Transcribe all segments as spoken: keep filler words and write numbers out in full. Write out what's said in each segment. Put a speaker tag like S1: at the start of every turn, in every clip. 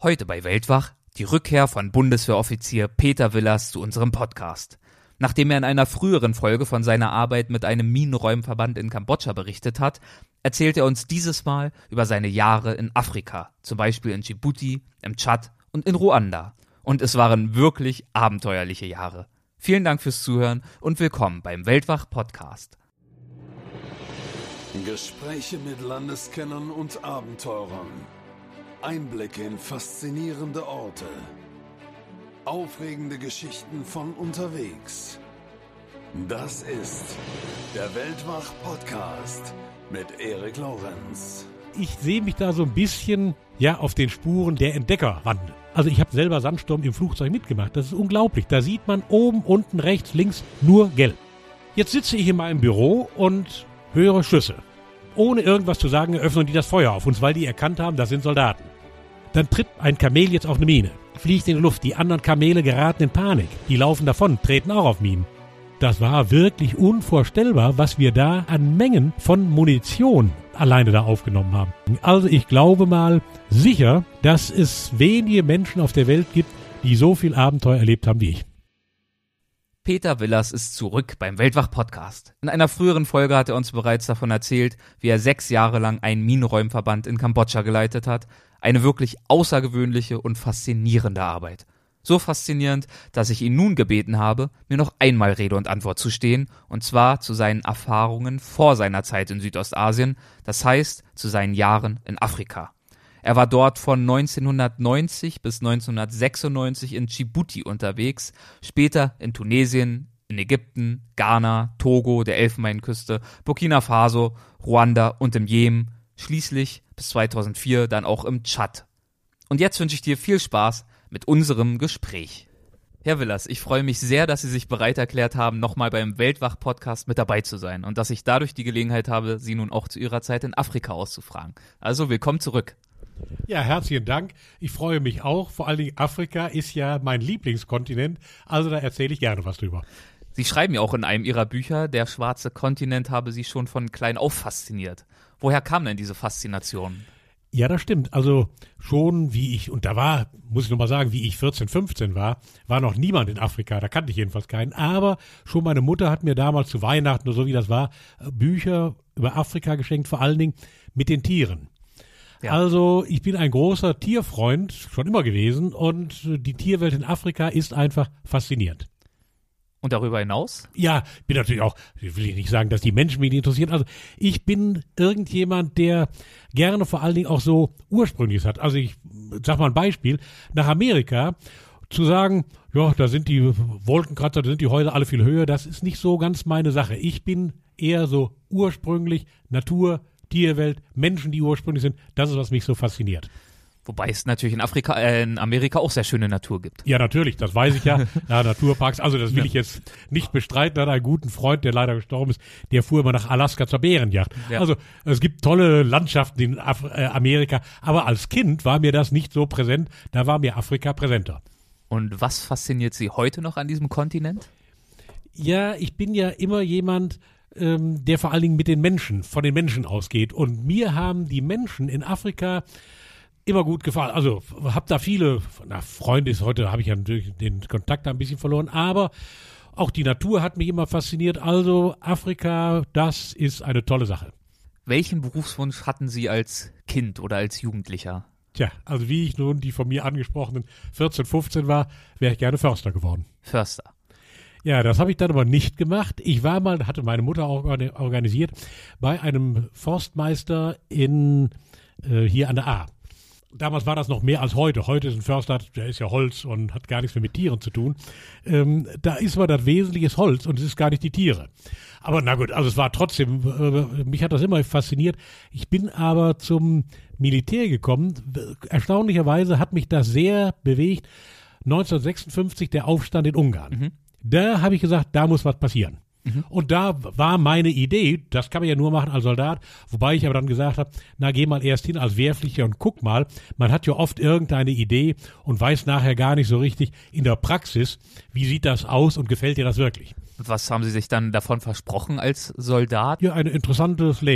S1: Heute bei Weltwach die Rückkehr von Bundeswehroffizier Peter Willers zu unserem Podcast. Nachdem er in einer früheren Folge von seiner Arbeit mit einem Minenräumverband in Kambodscha berichtet hat, erzählt er uns dieses Mal über seine Jahre in Afrika, zum Beispiel in Djibouti, im Tschad und in Ruanda. Und es waren wirklich abenteuerliche Jahre. Vielen Dank fürs Zuhören und willkommen beim Weltwach-Podcast.
S2: Gespräche mit Landeskennern und Abenteurern. Einblicke in faszinierende Orte. Aufregende Geschichten von unterwegs. Das ist der Weltwach-Podcast mit Erik Lorenz.
S3: Ich sehe mich da so ein bisschen ja auf den Spuren der Entdecker wandeln. Also ich habe selber Sandsturm im Flugzeug mitgemacht. Das ist unglaublich. Da sieht man oben, unten, rechts, links nur gelb. Jetzt sitze ich in meinem Büro und höre Schüsse. Ohne irgendwas zu sagen, eröffnen die das Feuer auf uns, weil die erkannt haben, das sind Soldaten. Dann tritt ein Kamel jetzt auf eine Mine, fliegt in die Luft. Die anderen Kamele geraten in Panik. Die laufen davon, treten auch auf Minen. Das war wirklich unvorstellbar, was wir da an Mengen von Munition alleine da aufgenommen haben. Also ich glaube mal sicher, dass es wenige Menschen auf der Welt gibt, die so viel Abenteuer erlebt haben wie ich.
S1: Peter Willers ist zurück beim Weltwach-Podcast. In einer früheren Folge hat er uns bereits davon erzählt, wie er sechs Jahre lang einen Minenräumverband in Kambodscha geleitet hat. Eine wirklich außergewöhnliche und faszinierende Arbeit. So faszinierend, dass ich ihn nun gebeten habe, mir noch einmal Rede und Antwort zu stehen, und zwar zu seinen Erfahrungen vor seiner Zeit in Südostasien, das heißt zu seinen Jahren in Afrika. Er war dort von neunzehnhundertneunzig bis neunzehnhundertsechsundneunzig in Djibouti unterwegs, später in Tunesien, in Ägypten, Ghana, Togo, der Elfenbeinküste, Burkina Faso, Ruanda und im Jemen, schließlich bis zweitausendvier dann auch im Tschad. Und jetzt wünsche ich dir viel Spaß mit unserem Gespräch. Herr Willers, ich freue mich sehr, dass Sie sich bereit erklärt haben, nochmal beim Weltwach-Podcast mit dabei zu sein und dass ich dadurch die Gelegenheit habe, Sie nun auch zu Ihrer Zeit in Afrika auszufragen. Also willkommen zurück.
S3: Ja, herzlichen Dank. Ich freue mich auch. Vor allen Dingen Afrika ist ja mein Lieblingskontinent, also da erzähle ich gerne was drüber.
S1: Sie schreiben ja auch in einem Ihrer Bücher, der schwarze Kontinent habe Sie schon von klein auf fasziniert. Woher kam denn diese Faszination?
S3: Ja, das stimmt. Also schon wie ich, und da war, muss ich nochmal sagen, wie ich vierzehn, fünfzehn war, war noch niemand in Afrika, da kannte ich jedenfalls keinen. Aber schon meine Mutter hat mir damals zu Weihnachten, oder so wie das war, Bücher über Afrika geschenkt, vor allen Dingen mit den Tieren. Ja. Also ich bin ein großer Tierfreund, schon immer gewesen, und die Tierwelt in Afrika ist einfach faszinierend.
S1: Und darüber hinaus?
S3: Ja, bin natürlich auch, will ich nicht sagen, dass die Menschen mich nicht interessieren. Also ich bin irgendjemand, der gerne vor allen Dingen auch so Ursprüngliches hat. Also ich sag mal ein Beispiel, nach Amerika zu sagen, ja, da sind die Wolkenkratzer, da sind die Häuser alle viel höher, das ist nicht so ganz meine Sache. Ich bin eher so ursprünglich Natur, Tierwelt, Menschen, die ursprünglich sind, das ist, was mich so fasziniert.
S1: Wobei es natürlich in Afrika, äh, in Amerika auch sehr schöne Natur gibt.
S3: Ja, natürlich, das weiß ich ja. Ja, Naturparks, also das will ja. ich jetzt nicht bestreiten. Er hat einen guten Freund, der leider gestorben ist, der fuhr immer nach Alaska zur Bärenjagd. Ja. Also es gibt tolle Landschaften in Af- äh, Amerika, aber als Kind war mir das nicht so präsent, da war mir Afrika präsenter.
S1: Und was fasziniert Sie heute noch an diesem Kontinent?
S3: Ja, ich bin ja immer jemand, ähm, der vor allen Dingen mit den Menschen, von den Menschen ausgeht. Und mir haben die Menschen in Afrika immer gut gefallen. Also habe da viele, na, Freunde ist heute, habe ich ja natürlich den Kontakt da ein bisschen verloren, aber auch die Natur hat mich immer fasziniert. Also Afrika, das ist eine tolle Sache.
S1: Welchen Berufswunsch hatten Sie als Kind oder als Jugendlicher?
S3: Tja, also wie ich nun die von mir angesprochenen vierzehn, fünfzehn war, wäre ich gerne Förster geworden.
S1: Förster.
S3: Ja, das habe ich dann aber nicht gemacht. Ich war mal, hatte meine Mutter auch organisiert, bei einem Forstmeister in äh, hier an der Ahr. Damals war das noch mehr als heute. Heute ist ein Förster, der ist ja Holz und hat gar nichts mehr mit Tieren zu tun. Ähm, da ist aber das Wesentliche Holz und es ist gar nicht die Tiere. Aber na gut, also es war trotzdem, äh, mich hat das immer fasziniert. Ich bin aber zum Militär gekommen. Erstaunlicherweise hat mich das sehr bewegt. neunzehnhundertsechsundfünfzig der Aufstand in Ungarn. Mhm. Da habe ich gesagt, da muss was passieren. Mhm. Und da war meine Idee, das kann man ja nur machen als Soldat, wobei ich aber dann gesagt habe, na geh mal erst hin als Wehrpflichtiger und guck mal, man hat ja oft irgendeine Idee und weiß nachher gar nicht so richtig in der Praxis, wie sieht das aus und gefällt dir das wirklich?
S1: Was haben Sie sich dann davon versprochen als Soldat?
S3: Ja, ein interessantes Leben.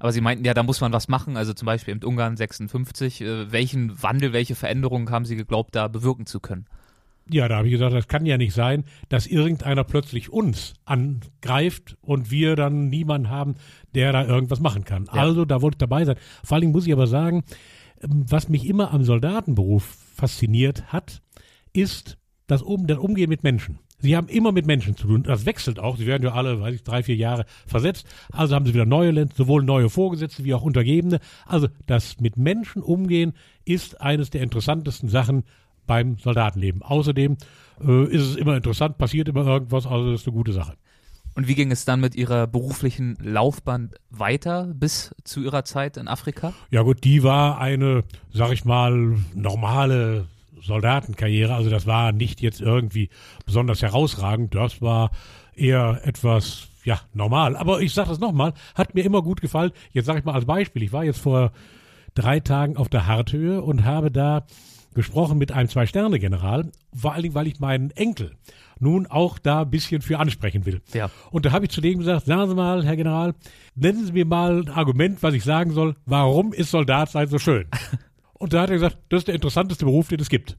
S1: Aber Sie meinten ja, da muss man was machen, also zum Beispiel im Ungarn sechsundfünfzig. Äh, welchen Wandel, welche Veränderungen haben Sie geglaubt, da bewirken zu können?
S3: Ja, da habe ich gesagt, das kann ja nicht sein, dass irgendeiner plötzlich uns angreift und wir dann niemanden haben, der da irgendwas machen kann. Ja. Also da wollte ich dabei sein. Vor allen Dingen muss ich aber sagen, was mich immer am Soldatenberuf fasziniert hat, ist das, um, das Umgehen mit Menschen. Sie haben immer mit Menschen zu tun. Das wechselt auch. Sie werden ja alle, weiß ich, drei, vier Jahre versetzt. Also haben sie wieder neue, sowohl neue Vorgesetzte wie auch Untergebene. Also das mit Menschen umgehen ist eines der interessantesten Sachen beim Soldatenleben. Außerdem äh, ist es immer interessant, passiert immer irgendwas, also das ist eine gute Sache.
S1: Und wie ging es dann mit Ihrer beruflichen Laufbahn weiter bis zu Ihrer Zeit in Afrika?
S3: Ja gut, die war eine, sag ich mal, normale Soldatenkarriere. Also das war nicht jetzt irgendwie besonders herausragend. Das war eher etwas, ja, normal. Aber ich sage das nochmal, hat mir immer gut gefallen. Jetzt sage ich mal als Beispiel, ich war jetzt vor drei Tagen auf der Harthöhe und habe da gesprochen mit einem Zwei-Sterne-General, vor allen Dingen, weil ich meinen Enkel nun auch da ein bisschen für ansprechen will.
S1: Ja.
S3: Und da habe ich zu dem gesagt, sagen Sie mal, Herr General, nennen Sie mir mal ein Argument, was ich sagen soll, warum ist Soldat sein so schön? Und da hat er gesagt, das ist der interessanteste Beruf, den es gibt.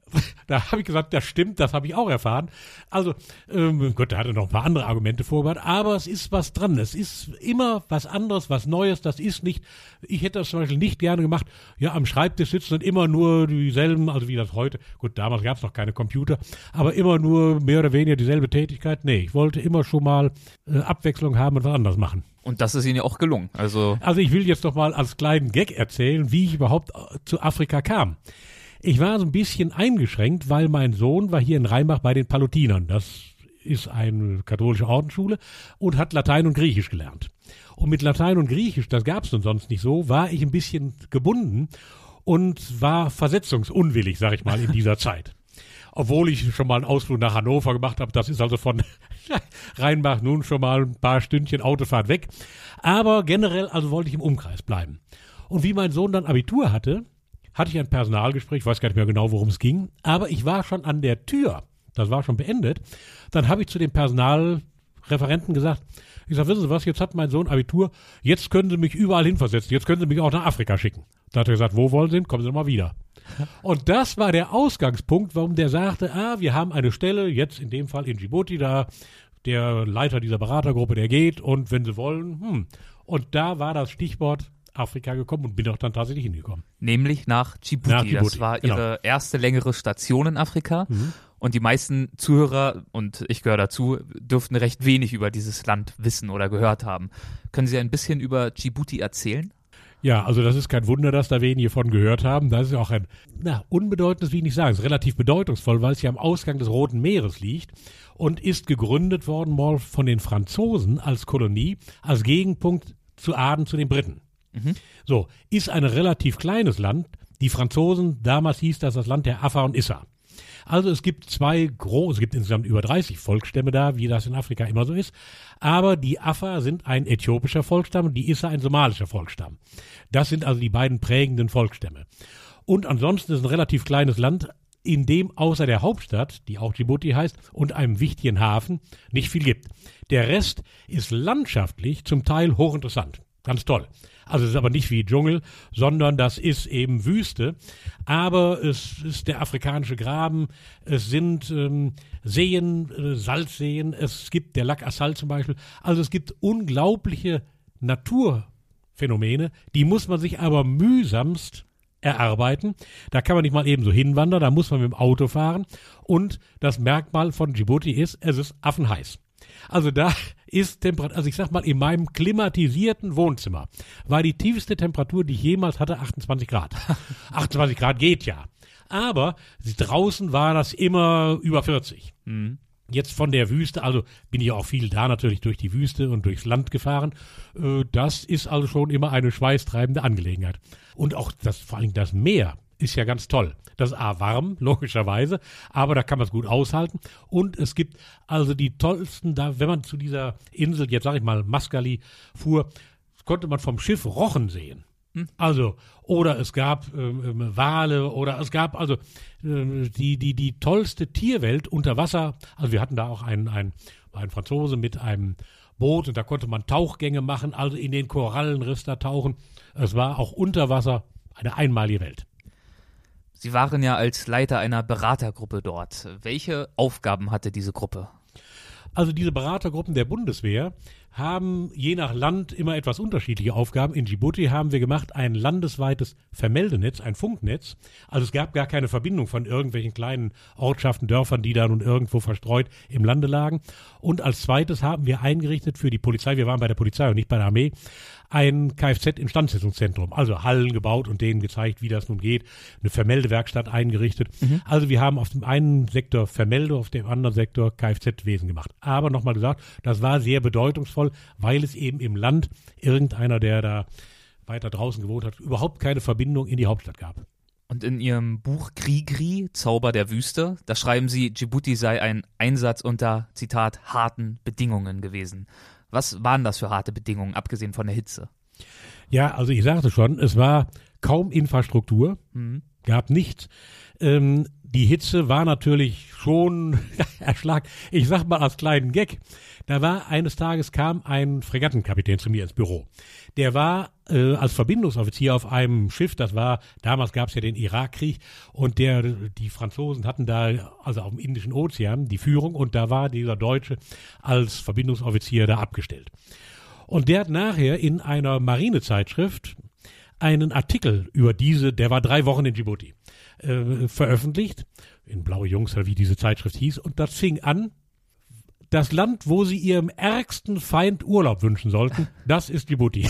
S3: Da habe ich gesagt, das stimmt, das habe ich auch erfahren. Also, ähm, Gott, da hat er noch ein paar andere Argumente vorgebracht, aber es ist was dran. Es ist immer was anderes, was Neues. Das ist nicht, ich hätte das zum Beispiel nicht gerne gemacht, ja, am Schreibtisch sitzen und immer nur dieselben, also wie das heute, gut, damals gab es noch keine Computer, aber immer nur mehr oder weniger dieselbe Tätigkeit. Nee, ich wollte immer schon mal äh, Abwechslung haben und was anderes machen.
S1: Und das ist Ihnen ja auch gelungen. Also,
S3: also ich will jetzt noch mal als kleinen Gag erzählen, wie ich überhaupt zu Afrika kam. Ich war so ein bisschen eingeschränkt, weil mein Sohn war hier in Rheinbach bei den Palutinern. Das ist eine katholische Ordensschule und hat Latein und Griechisch gelernt. Und mit Latein und Griechisch, das gab es nun sonst nicht so, war ich ein bisschen gebunden und war versetzungsunwillig, sag ich mal, in dieser Zeit. Obwohl ich schon mal einen Ausflug nach Hannover gemacht habe, das ist also von Rheinbach nun schon mal ein paar Stündchen Autofahrt weg. Aber generell, also wollte ich im Umkreis bleiben. Und wie mein Sohn dann Abitur hatte, hatte ich ein Personalgespräch, ich weiß gar nicht mehr genau, worum es ging, aber ich war schon an der Tür, das war schon beendet. Dann habe ich zu dem Personalreferenten gesagt, ich sage, wissen Sie was, jetzt hat mein Sohn Abitur, jetzt können Sie mich überall hinversetzen, jetzt können Sie mich auch nach Afrika schicken. Da hat er gesagt, wo wollen Sie hin, kommen Sie doch mal wieder. Und das war der Ausgangspunkt, warum der sagte, ah, wir haben eine Stelle, jetzt in dem Fall in Djibouti, da der Leiter dieser Beratergruppe, der geht und wenn Sie wollen, hm. Und da war das Stichwort Afrika gekommen und bin auch dann tatsächlich hingekommen.
S1: Nämlich nach Djibouti.
S3: Nach Djibouti,
S1: das war
S3: genau.
S1: Ihre erste längere Station in Afrika.
S3: Mhm.
S1: Und die meisten Zuhörer, und ich gehöre dazu, dürften recht wenig über dieses Land wissen oder gehört haben. Können Sie ein bisschen über Djibouti erzählen?
S3: Ja, also das ist kein Wunder, dass da wenige von gehört haben. Das ist ja auch ein, na, unbedeutendes, wie ich nicht sagen, es ist relativ bedeutungsvoll, weil es ja am Ausgang des Roten Meeres liegt und ist gegründet worden mal von den Franzosen als Kolonie, als Gegenpunkt zu Aden, zu den Briten. Mhm. So, ist ein relativ kleines Land. Die Franzosen, damals hieß das das Land der Afar und Issa. Also es gibt zwei große, es gibt insgesamt über dreißig Volksstämme da, wie das in Afrika immer so ist. Aber die Afar sind ein äthiopischer Volksstamm und die Issa ein somalischer Volksstamm. Das sind also die beiden prägenden Volksstämme. Und ansonsten ist es ein relativ kleines Land, in dem außer der Hauptstadt, die auch Djibouti heißt, und einem wichtigen Hafen nicht viel gibt. Der Rest ist landschaftlich zum Teil hochinteressant. Ganz toll. Also es ist aber nicht wie Dschungel, sondern das ist eben Wüste. Aber es ist der afrikanische Graben, es sind ähm, Seen, äh, Salzseen, es gibt der Lac Assal zum Beispiel. Also es gibt unglaubliche Naturphänomene, die muss man sich aber mühsamst erarbeiten. Da kann man nicht mal eben so hinwandern, da muss man mit dem Auto fahren. Und das Merkmal von Djibouti ist, es ist affenheiß. Also da ist Temperatur, also ich sag mal, in meinem klimatisierten Wohnzimmer war die tiefste Temperatur, die ich jemals hatte, achtundzwanzig Grad. achtundzwanzig Grad geht ja. Aber draußen war das immer über vierzig. Mhm. Jetzt von der Wüste, also bin ich auch viel da natürlich durch die Wüste und durchs Land gefahren. Das ist also schon immer eine schweißtreibende Angelegenheit. Und auch das, vor allem das Meer ist ja ganz toll. Das ist A, warm, logischerweise, aber da kann man es gut aushalten. Und es gibt also die tollsten, da, wenn man zu dieser Insel, jetzt sage ich mal Mascali, fuhr, konnte man vom Schiff Rochen sehen. Hm. Also, oder es gab ähm, Wale, oder es gab also äh, die, die, die tollste Tierwelt unter Wasser. Also wir hatten da auch einen, einen, einen Franzose mit einem Boot und da konnte man Tauchgänge machen, also in den Korallenriss da tauchen. Es war auch unter Wasser eine einmalige Welt.
S1: Sie waren ja als Leiter einer Beratergruppe dort. Welche Aufgaben hatte diese Gruppe?
S3: Also diese Beratergruppen der Bundeswehr haben je nach Land immer etwas unterschiedliche Aufgaben. In Djibouti haben wir gemacht ein landesweites Vermeldenetz, ein Funknetz. Also es gab gar keine Verbindung von irgendwelchen kleinen Ortschaften, Dörfern, die da nun irgendwo verstreut im Lande lagen. Und als zweites haben wir eingerichtet für die Polizei, wir waren bei der Polizei und nicht bei der Armee, ein Kfz-Instandsetzungszentrum, also Hallen gebaut und denen gezeigt, wie das nun geht, eine Vermeldewerkstatt eingerichtet. Mhm. Also wir haben auf dem einen Sektor Vermelde, auf dem anderen Sektor Kfz-Wesen gemacht. Aber nochmal gesagt, das war sehr bedeutungsvoll, weil es eben im Land irgendeiner, der da weiter draußen gewohnt hat, überhaupt keine Verbindung in die Hauptstadt gab.
S1: Und in Ihrem Buch Krigri, Zauber der Wüste, da schreiben Sie, Djibouti sei ein Einsatz unter, Zitat, harten Bedingungen gewesen. Was waren das für harte Bedingungen, abgesehen von der Hitze?
S3: Ja, also ich sagte schon, es war kaum Infrastruktur, mhm. gab nichts. Ähm, die Hitze war natürlich schon erschlagend. Ich sag mal als kleinen Gag, da war eines Tages kam ein Fregattenkapitän zu mir ins Büro. Der war äh, als Verbindungsoffizier auf einem Schiff, das war, damals gab es ja den Irakkrieg und der, die Franzosen hatten da, also auf dem Indischen Ozean, die Führung und da war dieser Deutsche als Verbindungsoffizier da abgestellt. Und der hat nachher in einer Marinezeitschrift einen Artikel über diese, der war drei Wochen in Djibouti, äh, veröffentlicht, in Blaue Jungs, wie diese Zeitschrift hieß, und das fing an, das Land, wo sie ihrem ärgsten Feind Urlaub wünschen sollten, das ist Djibouti.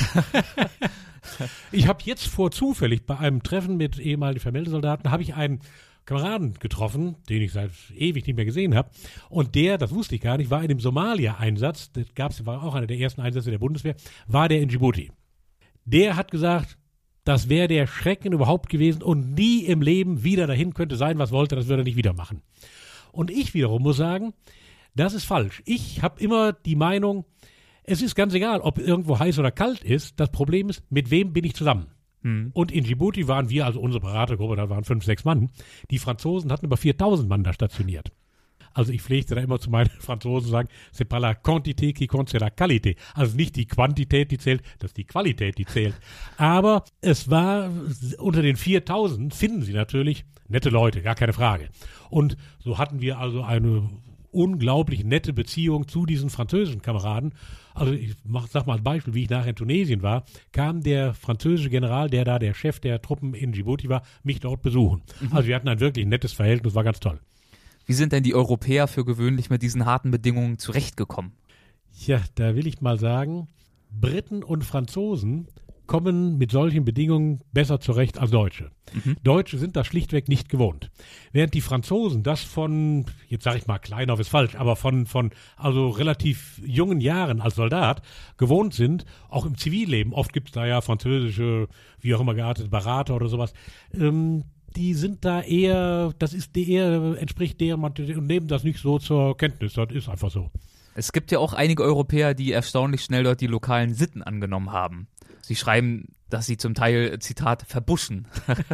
S3: Ich habe jetzt vor zufällig bei einem Treffen mit ehemaligen Vermeldesoldaten, habe ich einen Kameraden getroffen, den ich seit ewig nicht mehr gesehen habe. Und der, das wusste ich gar nicht, war in dem Somalia-Einsatz, das gab's, war auch einer der ersten Einsätze der Bundeswehr, war der in Djibouti. Der hat gesagt, das wäre der Schrecken überhaupt gewesen und nie im Leben wieder dahin könnte sein, was wollte, das würde er nicht wieder machen. Und ich wiederum muss sagen, das ist falsch. Ich habe immer die Meinung, es ist ganz egal, ob irgendwo heiß oder kalt ist. Das Problem ist, mit wem bin ich zusammen? Hm. Und in Djibouti waren wir, also unsere Beratergruppe, da waren fünf, sechs Mann. Die Franzosen hatten über viertausend Mann da stationiert. Also ich pflegte da immer zu meinen Franzosen sagen, c'est pas la quantité qui compte, c'est la qualité. Also nicht die Quantität, die zählt, das ist die Qualität, die zählt. Aber es war, unter den viertausend finden Sie natürlich nette Leute, gar keine Frage. Und so hatten wir also eine unglaublich nette Beziehung zu diesen französischen Kameraden. Also ich mach, sag mal als Beispiel, wie ich nachher in Tunesien war, kam der französische General, der da der Chef der Truppen in Djibouti war, mich dort besuchen. Mhm. Also wir hatten ein wirklich nettes Verhältnis, war ganz toll.
S1: Wie sind denn die Europäer für gewöhnlich mit diesen harten Bedingungen zurechtgekommen?
S3: Ja, da will ich mal sagen, Briten und Franzosen kommen mit solchen Bedingungen besser zurecht als Deutsche. Mhm. Deutsche sind das schlichtweg nicht gewohnt. Während die Franzosen das von, jetzt sage ich mal, klein auf ist falsch, aber von, von also relativ jungen Jahren als Soldat gewohnt sind, auch im Zivilleben, oft gibt es da ja französische, wie auch immer geartete Berater oder sowas, ähm, die sind da eher, das ist eher, entspricht deren, und nehmen das nicht so zur Kenntnis, das ist einfach so.
S1: Es gibt ja auch einige Europäer, die erstaunlich schnell dort die lokalen Sitten angenommen haben. Sie schreiben, dass sie zum Teil, Zitat, verbuschen.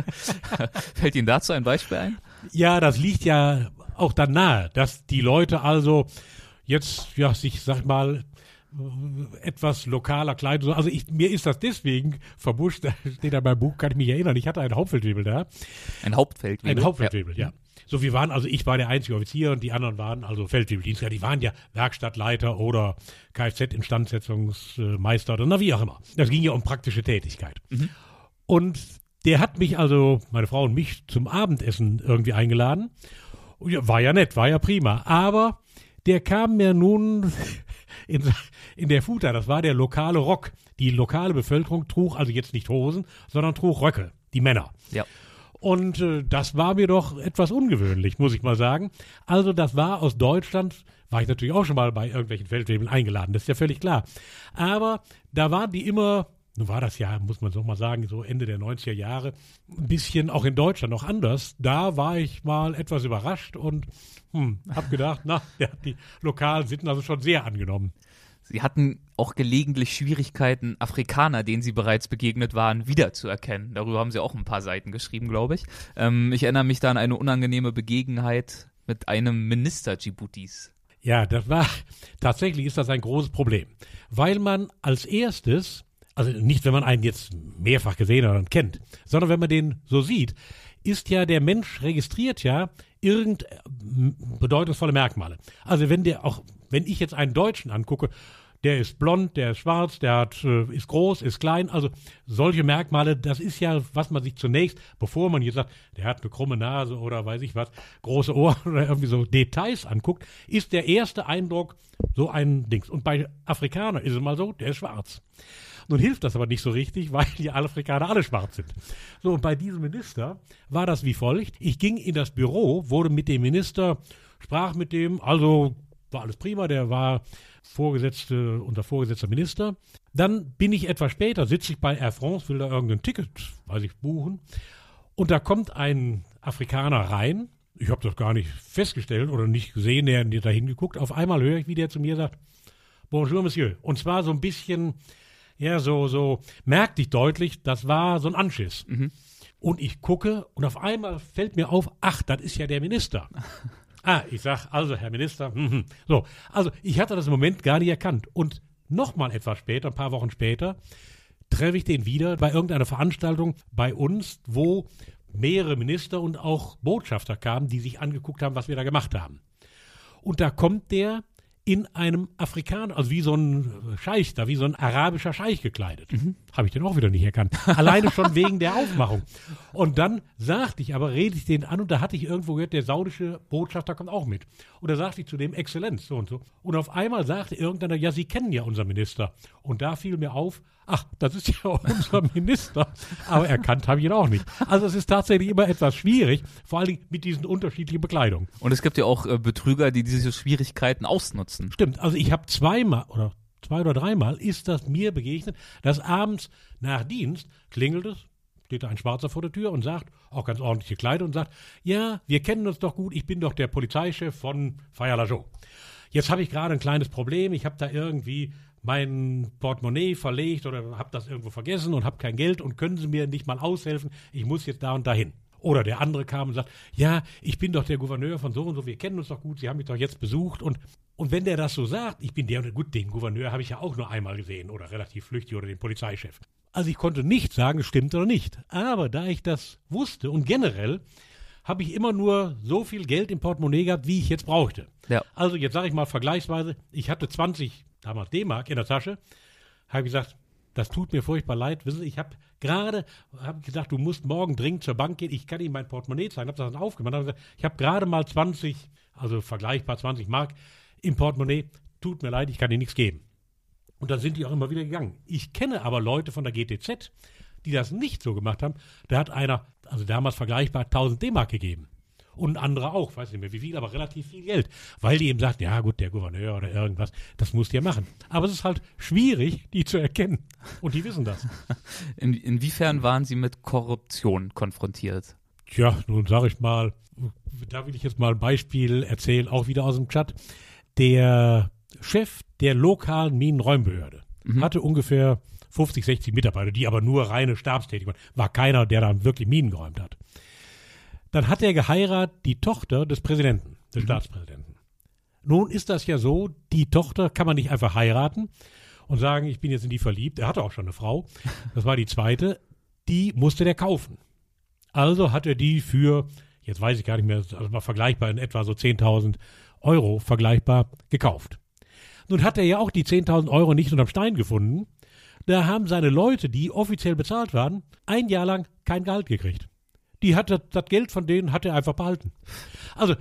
S1: Fällt Ihnen dazu ein Beispiel ein?
S3: Ja, das liegt ja auch dann nahe, dass die Leute also jetzt, ja, sich, sag ich mal, etwas lokaler kleiden. Also ich, mir ist das deswegen verbuscht, da steht da beim Buch, kann ich mich erinnern, ich hatte einen Hauptfeldwebel da.
S1: Ein Hauptfeldwebel?
S3: Ein Hauptfeldwebel, ja. ja. So, wir waren, also ich war der einzige Offizier und die anderen waren also Feldwebeldienstler, die waren ja Werkstattleiter oder Kfz-Instandsetzungsmeister oder na wie auch immer. Das ging ja um praktische Tätigkeit. Mhm. Und der hat mich also, meine Frau und mich, zum Abendessen irgendwie eingeladen. Ja, war ja nett, war ja prima. Aber der kam mir nun in, in der Futter, das war der lokale Rock. Die lokale Bevölkerung trug also jetzt nicht Hosen, sondern trug Röcke, die Männer.
S1: Ja.
S3: Und äh, das war mir doch etwas ungewöhnlich, muss ich mal sagen. Also das war aus Deutschland, war ich natürlich auch schon mal bei irgendwelchen Feldwebeln eingeladen, das ist ja völlig klar. Aber da waren die immer, nun war das ja, muss man so mal sagen, so Ende der neunziger Jahre, ein bisschen auch in Deutschland noch anders. Da war ich mal etwas überrascht und hm, hab gedacht, na, der hat die lokalen Sitten also schon sehr angenommen.
S1: Sie hatten auch gelegentlich Schwierigkeiten, Afrikaner, denen Sie bereits begegnet waren, wiederzuerkennen. Darüber haben Sie auch ein paar Seiten geschrieben, glaube ich. Ähm, ich erinnere mich da an eine unangenehme Begebenheit mit einem Minister Djiboutis.
S3: Ja, das war, tatsächlich ist das ein großes Problem, weil man als erstes, also nicht, wenn man einen jetzt mehrfach gesehen hat und kennt, sondern wenn man den so sieht, ist ja der Mensch registriert ja irgend bedeutungsvolle Merkmale. Also wenn der auch, wenn ich jetzt einen Deutschen angucke, der ist blond, der ist schwarz, der hat, ist groß, ist klein, also solche Merkmale, das ist ja, was man sich zunächst, bevor man jetzt sagt, der hat eine krumme Nase oder weiß ich was, große Ohren oder irgendwie so Details anguckt, ist der erste Eindruck so ein Dings. Und bei Afrikanern ist es mal so, der ist schwarz. Nun hilft das aber nicht so richtig, weil die Afrikaner alle schwarz sind. So, und bei diesem Minister war das wie folgt. Ich ging in das Büro, wurde mit dem Minister, sprach mit dem, also war alles prima, der war Vorgesetzte, unser vorgesetzter Minister. Dann bin ich etwas später, sitze ich bei Air France, will da irgendein Ticket, weiß ich, buchen. Und da kommt ein Afrikaner rein. Ich habe das gar nicht festgestellt oder nicht gesehen, der hat da hingeguckt. Auf einmal höre ich, wie der zu mir sagt, Bonjour, Monsieur. Und zwar so ein bisschen, ja, so, so, merkte ich deutlich, das war so ein Anschiss. Mhm. Und ich gucke und auf einmal fällt mir auf, ach, das ist ja der Minister. Ah, ich sag, also Herr Minister, hm, so, also ich hatte das im Moment gar nicht erkannt. Und nochmal etwas später, ein paar Wochen später, treffe ich den wieder bei irgendeiner Veranstaltung bei uns, wo mehrere Minister und auch Botschafter kamen, die sich angeguckt haben, was wir da gemacht haben. Und da kommt der in einem Afrikaner, also wie so ein Scheich da, wie so ein arabischer Scheich gekleidet. Mhm. Habe ich den auch wieder nicht erkannt. Alleine schon wegen der Aufmachung. Und dann sagte ich, aber rede ich den an und da hatte ich irgendwo gehört, der saudische Botschafter kommt auch mit. Und da sagte ich zu dem Exzellenz, so und so. Und auf einmal sagte irgendeiner, ja, Sie kennen ja unseren Minister. Und da fiel mir auf, ach, das ist ja unser Minister. Aber erkannt habe ich ihn auch nicht. Also es ist tatsächlich immer etwas schwierig, vor allen Dingen mit diesen unterschiedlichen Bekleidungen.
S1: Und es gibt ja auch äh, Betrüger, die diese Schwierigkeiten ausnutzen.
S3: Stimmt, also ich habe zweimal oder zwei oder dreimal ist das mir begegnet, dass abends nach Dienst klingelt es, steht da ein Schwarzer vor der Tür und sagt, auch ganz ordentliche Kleidung und sagt, ja, wir kennen uns doch gut, ich bin doch der Polizeichef von Fayalajo. Jetzt habe ich gerade ein kleines Problem, ich habe da irgendwie mein Portemonnaie verlegt oder habe das irgendwo vergessen und habe kein Geld und können Sie mir nicht mal aushelfen, ich muss jetzt da und dahin. Oder der andere kam und sagt, ja, ich bin doch der Gouverneur von so und so, wir kennen uns doch gut, Sie haben mich doch jetzt besucht. Und, und wenn der das so sagt, ich bin der und gut, den Gouverneur habe ich ja auch nur einmal gesehen oder relativ flüchtig oder den Polizeichef. Also ich konnte nicht sagen, es stimmt oder nicht. Aber da ich das wusste und generell habe ich immer nur so viel Geld im Portemonnaie gehabt, wie ich jetzt brauchte. Ja. Also jetzt sage ich mal vergleichsweise, ich hatte zwanzig, damals D-Mark in der Tasche, habe ich gesagt, das tut mir furchtbar leid. Wissen Sie, ich habe gerade, habe gesagt, du musst morgen dringend zur Bank gehen. Ich kann Ihnen mein Portemonnaie zeigen. Habe das dann aufgemacht. Hab gesagt, ich habe gerade mal zwanzig, also vergleichbar zwanzig Mark im Portemonnaie. Tut mir leid, ich kann Ihnen nichts geben. Und dann sind die auch immer wieder gegangen. Ich kenne aber Leute von der G T Z, die das nicht so gemacht haben. Da hat einer, also damals vergleichbar, tausend D-Mark gegeben. Und ein anderer auch, weiß nicht mehr wie viel, aber relativ viel Geld. Weil die eben sagt, ja gut, der Gouverneur oder irgendwas, das muss der machen. Aber es ist halt schwierig, die zu erkennen. Und die wissen das.
S1: In, inwiefern waren Sie mit Korruption konfrontiert?
S3: Tja, nun sage ich mal, da will ich jetzt mal ein Beispiel erzählen, auch wieder aus dem Chat. Der Chef der lokalen Minenräumbehörde mhm. hatte ungefähr fünfzig, sechzig Mitarbeiter, die aber nur reine Stabstätig waren. War keiner, der dann wirklich Minen geräumt hat. Dann hat er geheiratet die Tochter des Präsidenten, des mhm. Staatspräsidenten. Nun ist das ja so, die Tochter kann man nicht einfach heiraten und sagen, ich bin jetzt in die verliebt. Er hatte auch schon eine Frau, das war die zweite, die musste der kaufen. Also hat er die für, jetzt weiß ich gar nicht mehr, also mal vergleichbar in etwa so zehntausend Euro vergleichbar gekauft. Nun hat er ja auch die zehntausend Euro nicht unterm Stein gefunden. Da haben seine Leute, die offiziell bezahlt waren, ein Jahr lang kein Gehalt gekriegt. Die hat das, das Geld von denen hat er einfach behalten. Also,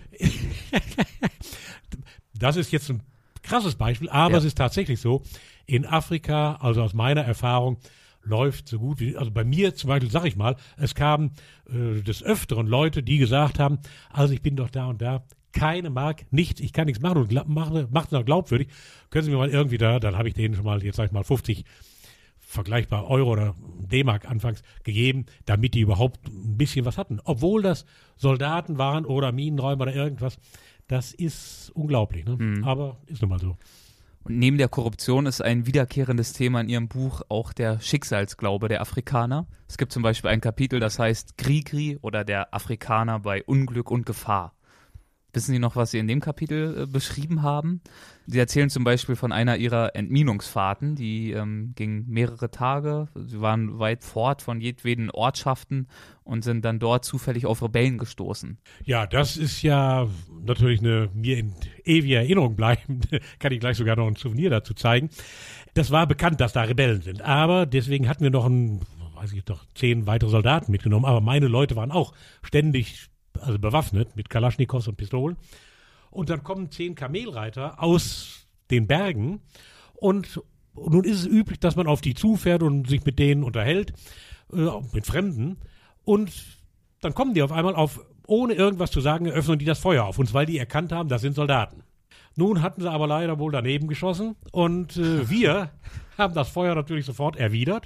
S3: das ist jetzt ein krasses Beispiel, aber ja. Es ist tatsächlich so, in Afrika, also aus meiner Erfahrung, läuft so gut wie, also bei mir zum Beispiel, sag ich mal, es kamen äh, des Öfteren Leute, die gesagt haben, also ich bin doch da und da, keine Mark, nichts, ich kann nichts machen und macht es noch glaubwürdig, können Sie mir mal irgendwie da, dann habe ich denen schon mal, jetzt sag ich mal, fünfzig vergleichbar Euro oder D-Mark anfangs gegeben, damit die überhaupt ein bisschen was hatten. Obwohl das Soldaten waren oder Minenräumer oder irgendwas. Das ist unglaublich, ne? Mhm. Aber ist nun mal so.
S1: Und neben der Korruption ist ein wiederkehrendes Thema in Ihrem Buch auch der Schicksalsglaube der Afrikaner. Es gibt zum Beispiel ein Kapitel, das heißt Grigri oder der Afrikaner bei Unglück und Gefahr. Wissen Sie noch, was Sie in dem Kapitel äh, beschrieben haben? Sie erzählen zum Beispiel von einer Ihrer Entminungsfahrten, die ähm, ging mehrere Tage. Sie waren weit fort von jedweden Ortschaften und sind dann dort zufällig auf Rebellen gestoßen.
S3: Ja, das ist ja natürlich eine mir in ewiger Erinnerung bleibende, kann ich gleich sogar noch ein Souvenir dazu zeigen. Das war bekannt, dass da Rebellen sind, aber deswegen hatten wir noch ein, weiß ich doch, zehn weitere Soldaten mitgenommen, aber meine Leute waren auch ständig also bewaffnet mit Kalaschnikows und Pistolen. Und dann kommen zehn Kamelreiter aus den Bergen und nun ist es üblich, dass man auf die zufährt und sich mit denen unterhält, äh, mit Fremden. Und dann kommen die auf einmal auf, ohne irgendwas zu sagen, eröffnen die das Feuer auf uns, weil die erkannt haben, das sind Soldaten. Nun hatten sie aber leider wohl daneben geschossen und äh, wir haben das Feuer natürlich sofort erwidert.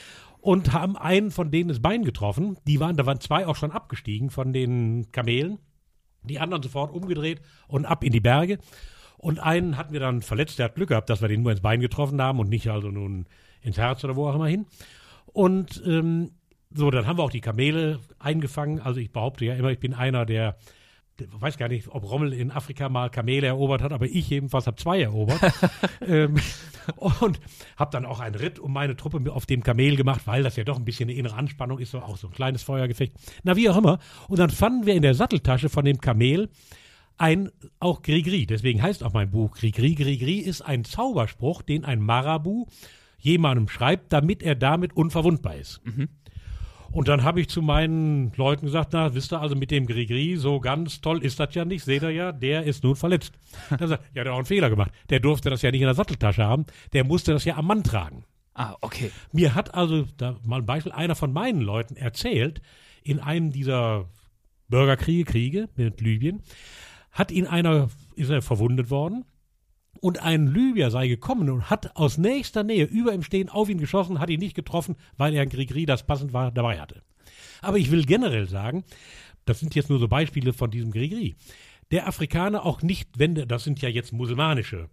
S3: Und haben einen von denen das Bein getroffen. Die waren, da waren zwei auch schon abgestiegen von den Kamelen. Die anderen sofort umgedreht und ab in die Berge. Und einen hatten wir dann verletzt. Der hat Glück gehabt, dass wir den nur ins Bein getroffen haben und nicht also nun ins Herz oder wo auch immer hin. Und ähm, so, dann haben wir auch die Kamele eingefangen. Also ich behaupte ja immer, ich bin einer, der, der weiß gar nicht, ob Rommel in Afrika mal Kamele erobert hat, aber ich jedenfalls habe zwei erobert. ähm, und habe dann auch einen Ritt um meine Truppe auf dem Kamel gemacht, weil das ja doch ein bisschen eine innere Anspannung ist, so auch so ein kleines Feuergefecht. Na, wie auch immer. Und dann fanden wir in der Satteltasche von dem Kamel ein, auch Grigri. Deswegen heißt auch mein Buch Grigri. Grigri ist ein Zauberspruch, den ein Marabu jemandem schreibt, damit er damit unverwundbar ist. Mhm. Und dann habe ich zu meinen Leuten gesagt, na, wisst ihr, also mit dem Grigri, so ganz toll ist das ja nicht, seht ihr ja, der ist nun verletzt. Dann sagt, ja, der hat auch einen Fehler gemacht. Der durfte das ja nicht in der Satteltasche haben, der musste das ja am Mann tragen.
S1: Ah, okay.
S3: Mir hat also, da mal ein Beispiel, einer von meinen Leuten erzählt, in einem dieser Bürgerkriege, Kriege mit Libyen, hat ihn einer, ist er verwundet worden, und ein Libyer sei gekommen und hat aus nächster Nähe über ihm stehen auf ihn geschossen, hat ihn nicht getroffen, weil er ein Grigri, das passend war, dabei hatte. Aber ich will generell sagen, das sind jetzt nur so Beispiele von diesem Grigri. Der Afrikaner auch nicht, wenn der, das sind ja jetzt musulmanische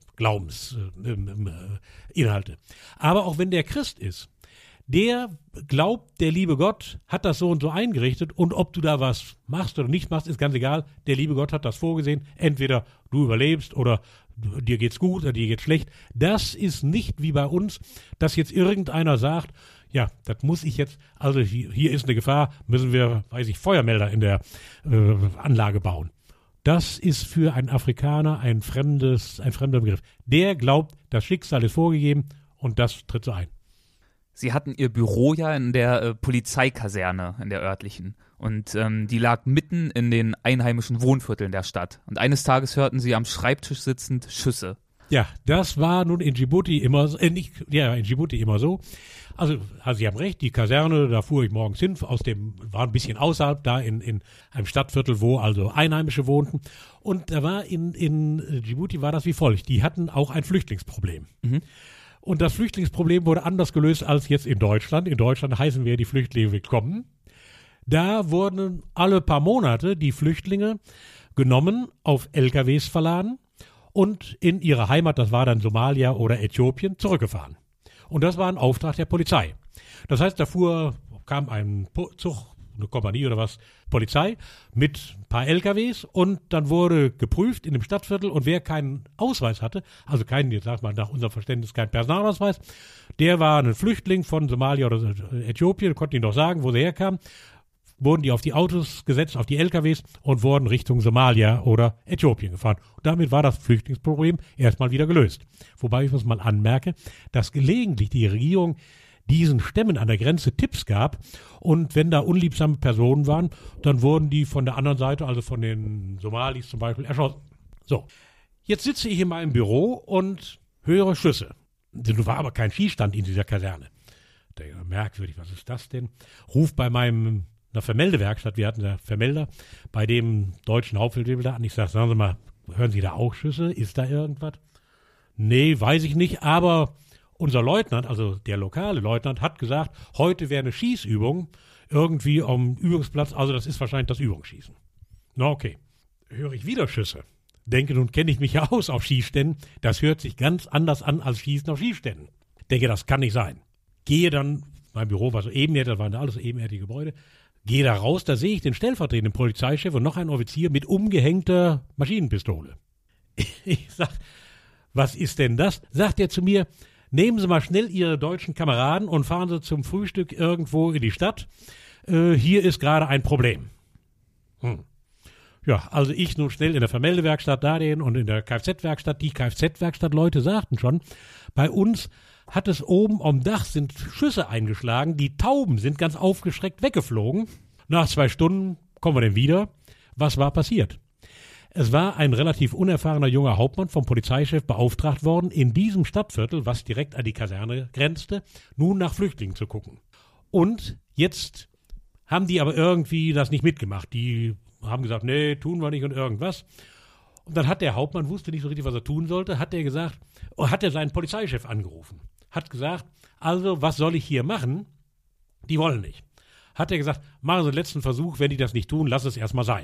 S3: Glaubensinhalte, aber auch wenn der Christ ist, der glaubt, der liebe Gott hat das so und so eingerichtet und ob du da was machst oder nicht machst, ist ganz egal. Der liebe Gott hat das vorgesehen. Entweder du überlebst oder dir geht's gut oder dir geht's schlecht. Das ist nicht wie bei uns, dass jetzt irgendeiner sagt, ja, das muss ich jetzt, also hier, hier ist eine Gefahr, müssen wir, weiß ich, Feuermelder in der äh, Anlage bauen. Das ist für einen Afrikaner ein fremdes, ein fremder Begriff. Der glaubt, das Schicksal ist vorgegeben und das tritt so ein.
S1: Sie hatten Ihr Büro ja in der äh, Polizeikaserne, in der örtlichen. Und ähm, die lag mitten in den einheimischen Wohnvierteln der Stadt. Und eines Tages hörten Sie am Schreibtisch sitzend Schüsse.
S3: Ja, das war nun in Djibouti immer so, äh, nicht, ja, in Djibouti immer so. Also, also Sie haben recht, die Kaserne, da fuhr ich morgens hin, aus dem, war ein bisschen außerhalb, da in, in einem Stadtviertel, wo also Einheimische wohnten. Und da war in, in Djibouti war das wie folgt. Die hatten auch ein Flüchtlingsproblem. Mhm. Und das Flüchtlingsproblem wurde anders gelöst als jetzt in Deutschland. In Deutschland heißen wir die Flüchtlinge willkommen. Da wurden alle paar Monate die Flüchtlinge genommen, auf L K Ws verladen und in ihre Heimat, das war dann Somalia oder Äthiopien, zurückgefahren. Und das war ein Auftrag der Polizei. Das heißt, da fuhr, kam ein Zug, eine Kompanie oder was, Polizei mit ein paar L K Ws und dann wurde geprüft in dem Stadtviertel und wer keinen Ausweis hatte, also keinen, jetzt sagt man nach unserem Verständnis keinen Personalausweis, der war ein Flüchtling von Somalia oder Äthiopien, konnten ihnen doch sagen, wo sie herkamen, wurden die auf die Autos gesetzt, auf die L K Ws und wurden Richtung Somalia oder Äthiopien gefahren. Und damit war das Flüchtlingsproblem erstmal wieder gelöst. Wobei ich muss mal anmerke, dass gelegentlich die Regierung diesen Stämmen an der Grenze Tipps gab und wenn da unliebsame Personen waren, dann wurden die von der anderen Seite, also von den Somalis zum Beispiel, erschossen. So, jetzt sitze ich in meinem Büro und höre Schüsse. Da war aber kein Schießstand in dieser Kaserne. Da denke ich, merkwürdig, was ist das denn? Ruf bei meinem einer Vermeldewerkstatt, wir hatten da Vermelder, bei dem deutschen Hauptfeldwebel an. Ich sage, sagen Sie mal, hören Sie da auch Schüsse? Ist da irgendwas? Nee, weiß ich nicht, aber unser Leutnant, also der lokale Leutnant, hat gesagt, heute wäre eine Schießübung irgendwie am Übungsplatz, also das ist wahrscheinlich das Übungsschießen. Na okay, höre ich wieder Schüsse. Denke, nun kenne ich mich ja aus auf Schießständen, das hört sich ganz anders an als Schießen auf Schießständen. Denke, das kann nicht sein. Gehe dann, mein Büro war so ebenerdig, das waren da alles so ebenerdige Gebäude, Gehe da raus, da sehe ich den stellvertretenden Polizeichef und noch einen Offizier mit umgehängter Maschinenpistole. Ich sag, was ist denn das? Sagt er zu mir, nehmen Sie mal schnell Ihre deutschen Kameraden und fahren Sie zum Frühstück irgendwo in die Stadt. Äh, hier ist gerade ein Problem. Hm. Ja, also ich nun schnell in der Vermeldewerkstatt da den und in der Kfz-Werkstatt. Die Kfz-Werkstatt-Leute sagten schon, bei uns hat es oben am Dach sind Schüsse eingeschlagen, die Tauben sind ganz aufgeschreckt weggeflogen. Nach zwei Stunden kommen wir dann wieder. Was war passiert? Es war ein relativ unerfahrener junger Hauptmann vom Polizeichef beauftragt worden, in diesem Stadtviertel, was direkt an die Kaserne grenzte, nun nach Flüchtlingen zu gucken. Und jetzt haben die aber irgendwie das nicht mitgemacht. Die haben gesagt, nee, tun wir nicht und irgendwas. Und dann hat der Hauptmann, wusste nicht so richtig, was er tun sollte, hat er gesagt, hat er seinen Polizeichef angerufen. Hat gesagt, also was soll ich hier machen? Die wollen nicht. Hat er gesagt, machen Sie den letzten Versuch, wenn die das nicht tun, lass es erstmal sein.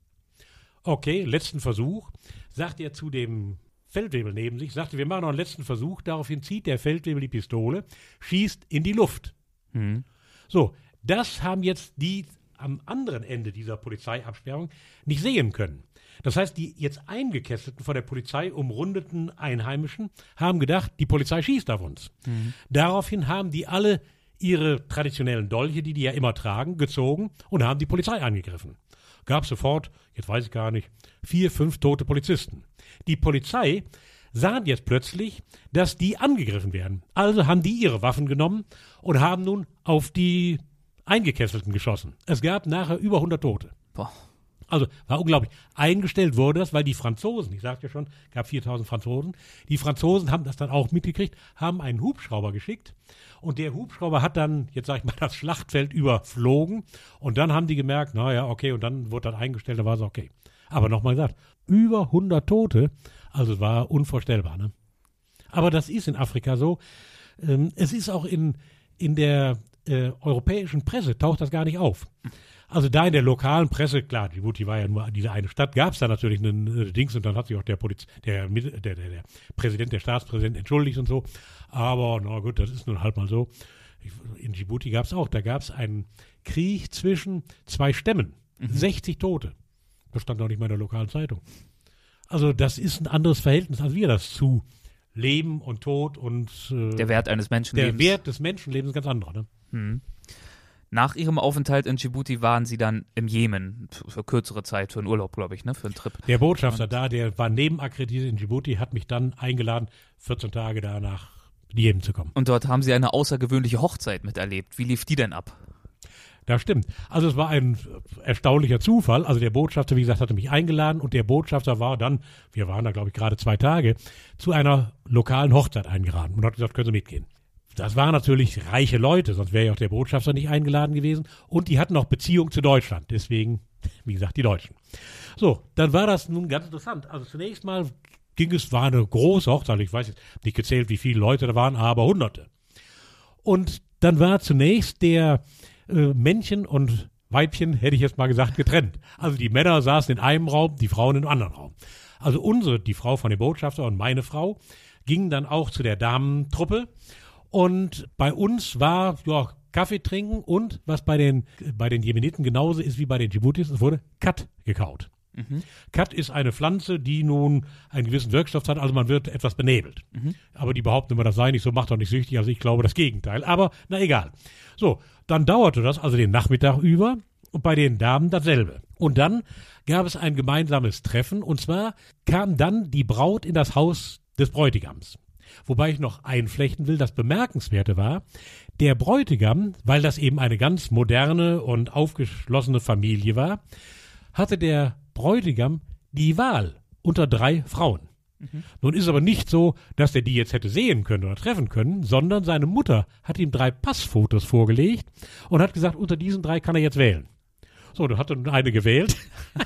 S3: Okay, letzten Versuch, sagt er zu dem Feldwebel neben sich, sagte, wir machen noch einen letzten Versuch, daraufhin zieht der Feldwebel die Pistole, schießt in die Luft. Mhm. So, das haben jetzt die am anderen Ende dieser Polizeiabsperrung nicht sehen können. Das heißt, die jetzt eingekesselten, von der Polizei umrundeten Einheimischen haben gedacht, die Polizei schießt auf uns. Mhm. Daraufhin haben die alle ihre traditionellen Dolche, die die ja immer tragen, gezogen und haben die Polizei angegriffen. Gab sofort, jetzt weiß ich gar nicht, vier, fünf tote Polizisten. Die Polizei sah jetzt plötzlich, dass die angegriffen werden. Also haben die ihre Waffen genommen und haben nun auf die Eingekesselten geschossen. Es gab nachher über hundert Tote. Boah. Also war unglaublich. Eingestellt wurde das, weil die Franzosen, ich sagte ja schon, gab viertausend Franzosen, die Franzosen haben das dann auch mitgekriegt, haben einen Hubschrauber geschickt und der Hubschrauber hat dann, jetzt sag ich mal, das Schlachtfeld überflogen und dann haben die gemerkt, naja, okay, und dann wurde das eingestellt, dann war es okay. Aber nochmal gesagt, über hundert Tote, also es war unvorstellbar, ne? Aber das ist in Afrika so. Ähm, es ist auch in, in der äh, europäischen Presse, taucht das gar nicht auf. Also da in der lokalen Presse, klar, Djibouti war ja nur diese eine Stadt, gab es da natürlich einen äh, Dings und dann hat sich auch der, Poliz der, der, der, der Präsident, der Staatspräsident entschuldigt und so. Aber na gut, das ist nun halt mal so. In Djibouti gab es auch, da gab es einen Krieg zwischen zwei Stämmen, mhm. sechzig Tote. Das stand auch nicht mal in der lokalen Zeitung. Also das ist ein anderes Verhältnis, als wir das zu Leben und Tod und äh,
S1: der Wert eines Menschenlebens.
S3: Der Wert des Menschenlebens ist ganz anderer, ne?
S1: Mhm. Nach ihrem Aufenthalt in Djibouti waren sie dann im Jemen für kürzere Zeit, für einen Urlaub, glaube ich, ne, für einen Trip.
S3: Der Botschafter und da, der war nebenakkreditiert in Djibouti, hat mich dann eingeladen, vierzehn Tage da nach Jemen zu kommen.
S1: Und dort haben sie eine außergewöhnliche Hochzeit miterlebt. Wie lief die denn ab?
S3: Das stimmt. Also es war ein erstaunlicher Zufall. Also der Botschafter, wie gesagt, hatte mich eingeladen und der Botschafter war dann, wir waren da, glaube ich, gerade zwei Tage, zu einer lokalen Hochzeit eingeladen und hat gesagt, können Sie mitgehen. Das waren natürlich reiche Leute, sonst wäre ja auch der Botschafter nicht eingeladen gewesen. Und die hatten auch Beziehung zu Deutschland. Deswegen, wie gesagt, die Deutschen. So, dann war das nun ganz interessant. Also zunächst mal ging es, war eine große Hochzeit. Ich weiß jetzt nicht gezählt, wie viele Leute da waren, aber Hunderte. Und dann war zunächst der äh, Männchen und Weibchen, hätte ich jetzt mal gesagt, getrennt. Also die Männer saßen in einem Raum, die Frauen in einem anderen Raum. Also unsere, die Frau von dem Botschafter und meine Frau, gingen dann auch zu der Damentruppe. Und bei uns war ja, Kaffee trinken und was bei den, bei den Jemeniten genauso ist wie bei den Djiboutis, es wurde Kat gekaut. Mhm. Kat ist eine Pflanze, die nun einen gewissen Wirkstoff hat, also man wird etwas benebelt. Mhm. Aber die behaupten immer, das sei nicht so, macht doch nicht süchtig, also ich glaube das Gegenteil. Aber na egal. So, dann dauerte das also den Nachmittag über und bei den Damen dasselbe. Und dann gab es ein gemeinsames Treffen und zwar kam dann die Braut in das Haus des Bräutigams. Wobei ich noch einflechten will, das Bemerkenswerte war, der Bräutigam, weil das eben eine ganz moderne und aufgeschlossene Familie war, hatte der Bräutigam die Wahl unter drei Frauen. Mhm. Nun ist es aber nicht so, dass er die jetzt hätte sehen können oder treffen können, sondern seine Mutter hat ihm drei Passfotos vorgelegt und hat gesagt, unter diesen drei kann er jetzt wählen. So, dann hat er eine gewählt.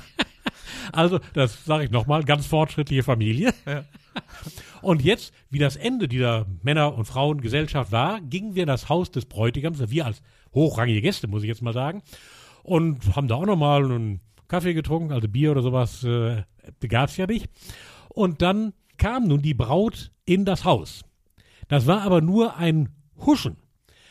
S3: Also, das sage ich nochmal, ganz fortschrittliche Familie. Ja. Und jetzt, wie das Ende dieser Männer- und Frauengesellschaft war, gingen wir in das Haus des Bräutigams, wir als hochrangige Gäste, muss ich jetzt mal sagen, und haben da auch nochmal einen Kaffee getrunken, also Bier oder sowas, äh, gab's ja nicht. Und dann kam nun die Braut in das Haus. Das war aber nur ein Huschen.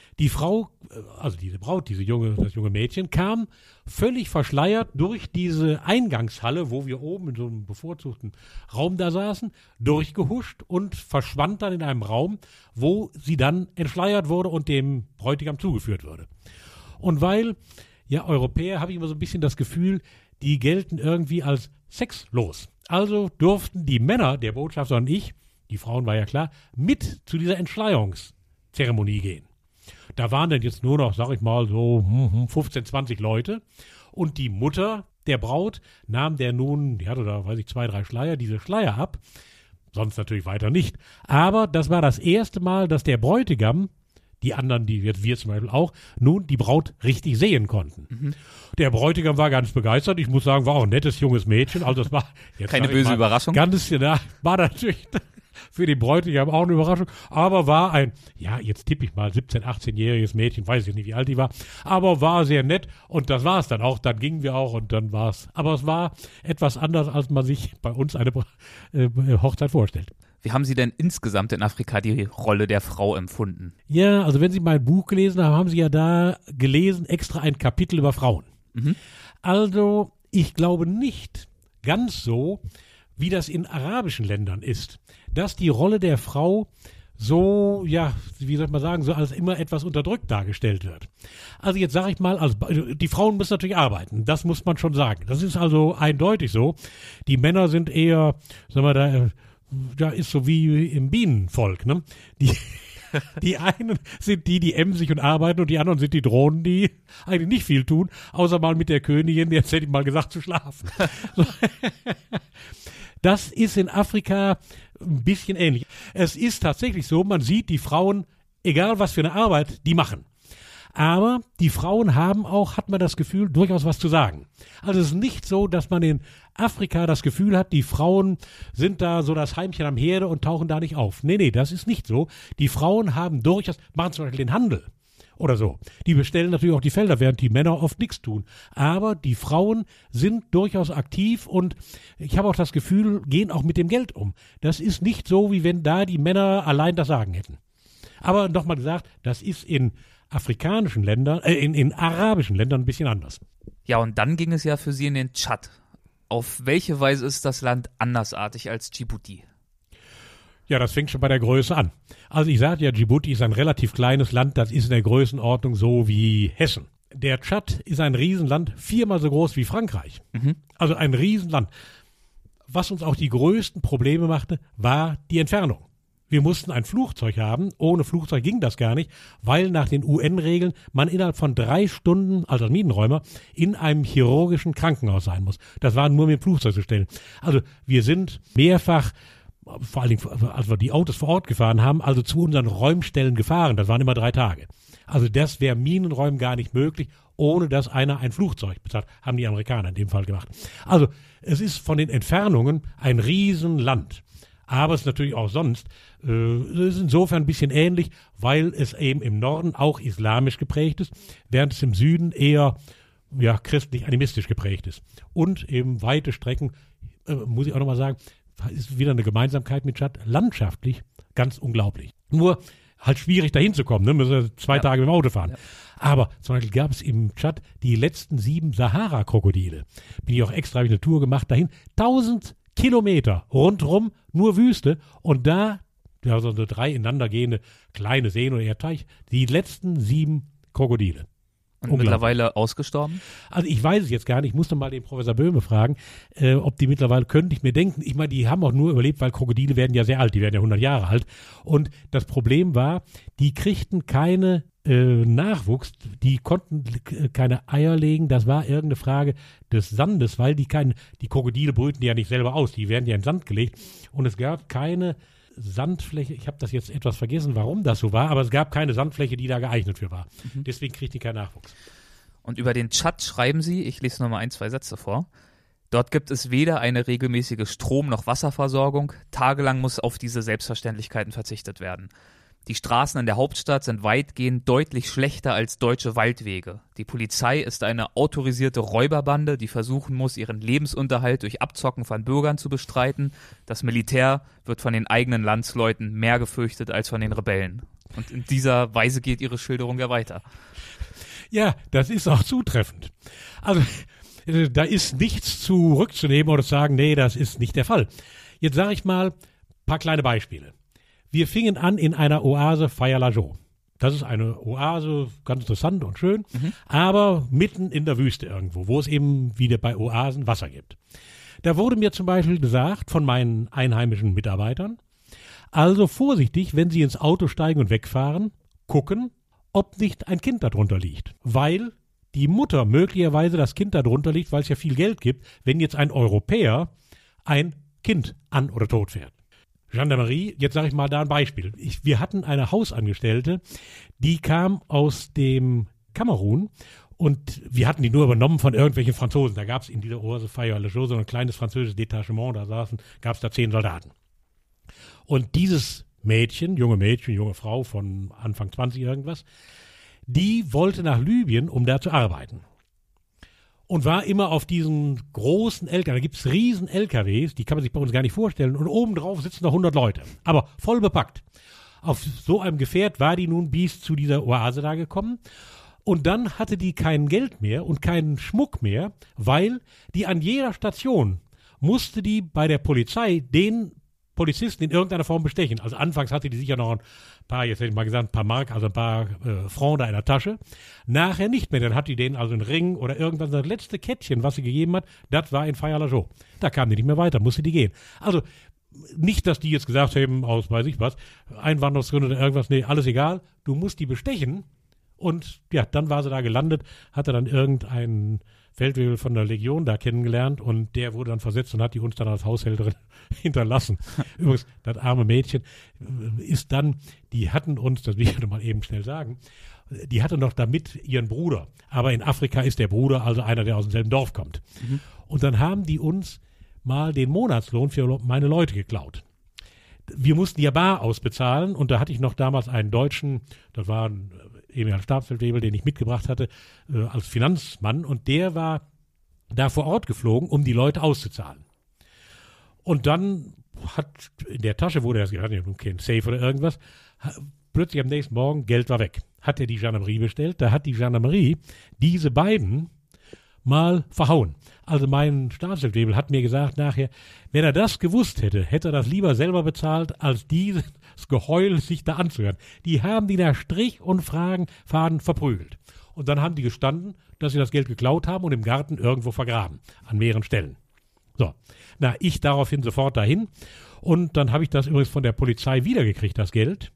S3: Die Frau, also diese Braut, diese junge, das junge Mädchen, kam völlig verschleiert durch diese Eingangshalle, wo wir oben in so einem bevorzugten Raum da saßen, durchgehuscht und verschwand dann in einem Raum, wo sie dann entschleiert wurde und dem Bräutigam zugeführt wurde. Und weil, ja, Europäer, habe ich immer so ein bisschen das Gefühl, die gelten irgendwie als sexlos. Also durften die Männer, der Botschafter und ich, die Frauen war ja klar, mit zu dieser Entschleierungszeremonie gehen. Da waren dann jetzt nur noch, sag ich mal, so fünfzehn, zwanzig Leute. Und die Mutter der Braut nahm der nun, die hatte da, weiß ich, zwei, drei Schleier, diese Schleier ab. Sonst natürlich weiter nicht. Aber das war das erste Mal, dass der Bräutigam, die anderen, die jetzt wir zum Beispiel auch, nun die Braut richtig sehen konnten. Mhm. Der Bräutigam war ganz begeistert. Ich muss sagen, war auch ein nettes junges Mädchen. Also das war jetzt
S1: keine böse
S3: mal,
S1: Überraschung.
S3: Ganz, ja, war natürlich für den Bräutigam auch eine Überraschung, aber war ein, ja, jetzt tippe ich mal, siebzehn-, achtzehnjähriges Mädchen, weiß ich nicht, wie alt die war, aber war sehr nett und das war es dann auch, dann gingen wir auch und dann war es, aber es war etwas anders, als man sich bei uns eine äh, Hochzeit vorstellt.
S1: Wie haben Sie denn insgesamt in Afrika die Rolle der Frau empfunden?
S3: Ja, also wenn Sie mein Buch gelesen haben, haben Sie ja da gelesen, extra ein Kapitel über Frauen. Mhm. Also, ich glaube nicht ganz so, wie das in arabischen Ländern ist, dass die Rolle der Frau so, ja, wie soll man sagen, so als immer etwas unterdrückt dargestellt wird. Also jetzt sage ich mal, also die Frauen müssen natürlich arbeiten, das muss man schon sagen. Das ist also eindeutig so. Die Männer sind eher, sagen wir da, da ist so wie im Bienenvolk, ne? Die Die einen sind die, die emsig und arbeiten und die anderen sind die Drohnen, die eigentlich nicht viel tun, außer mal mit der Königin, jetzt hätte ich mal gesagt, zu schlafen. So. Das ist in Afrika ein bisschen ähnlich. Es ist tatsächlich so, man sieht die Frauen, egal was für eine Arbeit, die machen. Aber die Frauen haben auch, hat man das Gefühl, durchaus was zu sagen. Also es ist nicht so, dass man in Afrika das Gefühl hat, die Frauen sind da so das Heimchen am Herde und tauchen da nicht auf. Nee, nee, das ist nicht so. Die Frauen haben durchaus, machen zum Beispiel den Handel oder so. Die bestellen natürlich auch die Felder, während die Männer oft nichts tun. Aber die Frauen sind durchaus aktiv und ich habe auch das Gefühl, gehen auch mit dem Geld um. Das ist nicht so, wie wenn da die Männer allein das Sagen hätten. Aber nochmal gesagt, das ist in afrikanischen Ländern, äh, in, in arabischen Ländern ein bisschen anders.
S1: Ja, und dann ging es ja für Sie in den Tschad. Auf welche Weise ist das Land andersartig als Djibouti?
S3: Ja, das fängt schon bei der Größe an. Also ich sagte ja, Djibouti ist ein relativ kleines Land, das ist in der Größenordnung so wie Hessen. Der Tschad ist ein Riesenland, viermal so groß wie Frankreich. Mhm. Also ein Riesenland. Was uns auch die größten Probleme machte, war die Entfernung. Wir mussten ein Flugzeug haben. Ohne Flugzeug ging das gar nicht, weil nach den U N-Regeln man innerhalb von drei Stunden als Minenräumer in einem chirurgischen Krankenhaus sein muss. Das war nur mit dem Flugzeug zu stellen. Also wir sind mehrfach, vor allen Dingen, als wir die Autos vor Ort gefahren haben, also zu unseren Räumstellen gefahren. Das waren immer drei Tage. Also das wäre Minenräumen gar nicht möglich, ohne dass einer ein Flugzeug bezahlt. Haben die Amerikaner in dem Fall gemacht. Also es ist von den Entfernungen ein Riesenland. Aber es ist natürlich auch sonst, äh, es ist insofern ein bisschen ähnlich, weil es eben im Norden auch islamisch geprägt ist, während es im Süden eher ja, christlich-animistisch geprägt ist. Und eben weite Strecken, äh, muss ich auch nochmal sagen, ist wieder eine Gemeinsamkeit mit Tschad, landschaftlich ganz unglaublich. Nur halt schwierig dahin zu kommen, ne? Müssen wir zwei ja. Tage mit dem Auto fahren. Ja. Aber zum Beispiel gab es im Tschad die letzten sieben Sahara-Krokodile. Bin ich auch extra, habe ich eine Tour gemacht dahin. Tausend Kilometer rundrum, nur Wüste und da, ja, so drei ineinander gehende kleine Seen oder eher Teich, die letzten sieben Krokodile.
S1: Und mittlerweile ausgestorben?
S3: Also ich weiß es jetzt gar nicht, ich musste mal den Professor Böhme fragen, äh, ob die mittlerweile, könnte ich mir denken, ich meine, die haben auch nur überlebt, weil Krokodile werden ja sehr alt, die werden ja hundert Jahre alt und das Problem war, die kriegten keine äh, Nachwuchs, die konnten äh, keine Eier legen, das war irgendeine Frage des Sandes, weil die keinen, die Krokodile brüten die ja nicht selber aus, die werden ja in Sand gelegt und es gab keine Sandfläche, ich habe das jetzt etwas vergessen, warum das so war, aber es gab keine Sandfläche, die da geeignet für war. Mhm. Deswegen kriegt die keinen Nachwuchs.
S1: Und über den Tschad schreiben Sie, ich lese nochmal ein, zwei Sätze vor, dort gibt es weder eine regelmäßige Strom- noch Wasserversorgung, tagelang muss auf diese Selbstverständlichkeiten verzichtet werden. Die Straßen in der Hauptstadt sind weitgehend deutlich schlechter als deutsche Waldwege. Die Polizei ist eine autorisierte Räuberbande, die versuchen muss, ihren Lebensunterhalt durch Abzocken von Bürgern zu bestreiten. Das Militär wird von den eigenen Landsleuten mehr gefürchtet als von den Rebellen. Und in dieser Weise geht Ihre Schilderung ja weiter.
S3: Ja, das ist auch zutreffend. Also, äh, da ist nichts zurückzunehmen oder zu sagen, nee, das ist nicht der Fall. Jetzt sage ich mal ein paar kleine Beispiele. Wir fingen an in einer Oase Faya-Largeau. Das ist eine Oase, ganz interessant und schön, mhm. aber mitten in der Wüste irgendwo, wo es eben wieder bei Oasen Wasser gibt. Da wurde mir zum Beispiel gesagt von meinen einheimischen Mitarbeitern, also vorsichtig, wenn Sie ins Auto steigen und wegfahren, gucken, ob nicht ein Kind darunter liegt. Weil die Mutter möglicherweise das Kind darunter liegt, weil es ja viel Geld gibt, wenn jetzt ein Europäer ein Kind an- oder tot fährt. Gendarmerie, jetzt sage ich mal da ein Beispiel. Ich, wir hatten eine Hausangestellte, die kam aus dem Kamerun und wir hatten die nur übernommen von irgendwelchen Franzosen. Da gab es in dieser Oase Faya-Largeau so ein kleines französisches Detachement, da saßen, gab es da zehn Soldaten. Und dieses Mädchen, junge Mädchen, junge Frau von Anfang zwanzig irgendwas, die wollte nach Libyen, um da zu arbeiten. Und war immer auf diesen großen L K W, da gibt es riesen L K Ws, die kann man sich bei uns gar nicht vorstellen. Und obendrauf sitzen noch hundert Leute, aber voll bepackt. Auf so einem Gefährt war die nun bis zu dieser Oase da gekommen. Und dann hatte die kein Geld mehr und keinen Schmuck mehr, weil die an jeder Station musste die bei der Polizei den Polizisten in irgendeiner Form bestechen. Also anfangs hatte die sicher noch ein paar, jetzt hätte ich mal gesagt, ein paar Mark, also ein paar äh, Franc da in der Tasche. Nachher nicht mehr. Dann hat die denen also einen Ring oder irgendwas, das letzte Kettchen, was sie gegeben hat, das war in Faya-Largeau. Da kam die nicht mehr weiter, musste die gehen. Also nicht, dass die jetzt gesagt haben, aus weiß ich was, Einwanderungsgründe oder irgendwas, nee, alles egal. Du musst die bestechen. Und ja, dann war sie da gelandet, hatte dann irgendeinen Feldwebel von der Legion da kennengelernt und der wurde dann versetzt und hat die uns dann als Haushälterin hinterlassen. Übrigens, das arme Mädchen ist dann, die hatten uns, das will ich mal eben schnell sagen, die hatte noch damit ihren Bruder. Aber in Afrika ist der Bruder also einer, der aus demselben Dorf kommt. Mhm. Und dann haben die uns mal den Monatslohn für meine Leute geklaut. Wir mussten ja bar ausbezahlen und da hatte ich noch damals einen Deutschen, das war ein Emil Stabsfeldwebel, den ich mitgebracht hatte, äh, als Finanzmann und der war da vor Ort geflogen, um die Leute auszuzahlen. Und dann hat in der Tasche, wo der das gerade kein Safe oder irgendwas, plötzlich am nächsten Morgen, Geld war weg. Hat er die Gendarmerie bestellt, da hat die Gendarmerie diese beiden mal verhauen. Also mein Staatsfeldwebel hat mir gesagt nachher, wenn er das gewusst hätte, hätte er das lieber selber bezahlt, als dieses Geheul sich da anzuhören. Die haben die nach Strich und Fragen, Faden verprügelt. Und dann haben die gestanden, dass sie das Geld geklaut haben und im Garten irgendwo vergraben, an mehreren Stellen. So, na, ich daraufhin sofort dahin und dann habe ich das übrigens von der Polizei wiedergekriegt, das Geld,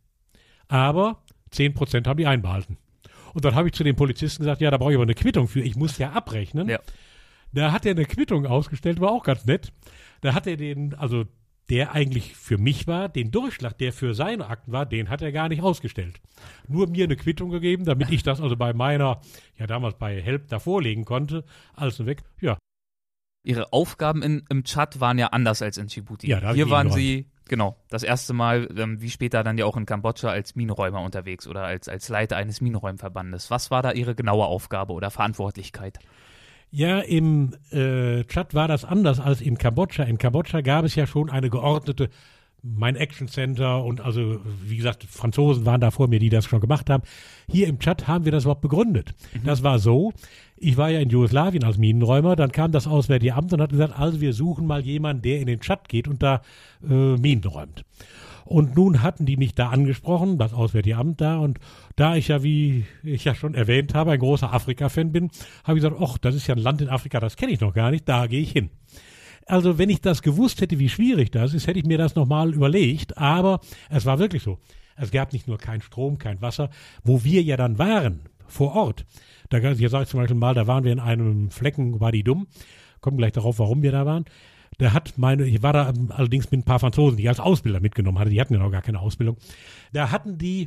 S3: aber zehn Prozent haben die einbehalten. Und dann habe ich zu den Polizisten gesagt, ja, da brauche ich aber eine Quittung für, ich muss ja abrechnen. Ja. Da hat er eine Quittung ausgestellt, war auch ganz nett. Da hat er den, also der eigentlich für mich war, den Durchschlag, der für seine Akten war, den hat er gar nicht ausgestellt. Nur mir eine Quittung gegeben, damit ich das also bei meiner, ja damals bei Help da vorlegen konnte, alles weg, ja.
S1: Ihre Aufgaben in, im Tschad waren ja anders als in Djibouti.
S3: Ja, da
S1: Hier waren Sie, genau, das erste Mal, ähm, wie später dann ja auch in Kambodscha, als Minenräumer unterwegs oder als, als Leiter eines Minenräumverbandes. Was war da Ihre genaue Aufgabe oder Verantwortlichkeit?
S3: Ja, im äh, Tschad war das anders als in Kambodscha. In Kambodscha gab es ja schon eine geordnete Mein Action Center und also, wie gesagt, Franzosen waren da vor mir, die das schon gemacht haben. Hier im Tschad haben wir das überhaupt begründet. Mhm. Das war so, ich war ja in Jugoslawien als Minenräumer, dann kam das Auswärtige Amt und hat gesagt, also wir suchen mal jemanden, der in den Tschad geht und da äh, Minen räumt. Und nun hatten die mich da angesprochen, das Auswärtige Amt da, und da ich ja, wie ich ja schon erwähnt habe, ein großer Afrika-Fan bin, habe ich gesagt, ach, das ist ja ein Land in Afrika, das kenne ich noch gar nicht, da gehe ich hin. Also wenn ich das gewusst hätte, wie schwierig das ist, hätte ich mir das nochmal überlegt, aber es war wirklich so. Es gab nicht nur keinen Strom, kein Wasser, wo wir ja dann waren, vor Ort. Da, hier sage ich zum Beispiel mal, da waren wir in einem Flecken, war die dumm, kommen gleich darauf, warum wir da waren. Da hat meine, ich war da allerdings mit ein paar Franzosen, die ich als Ausbilder mitgenommen hatte, die hatten ja noch gar keine Ausbildung. Da hatten die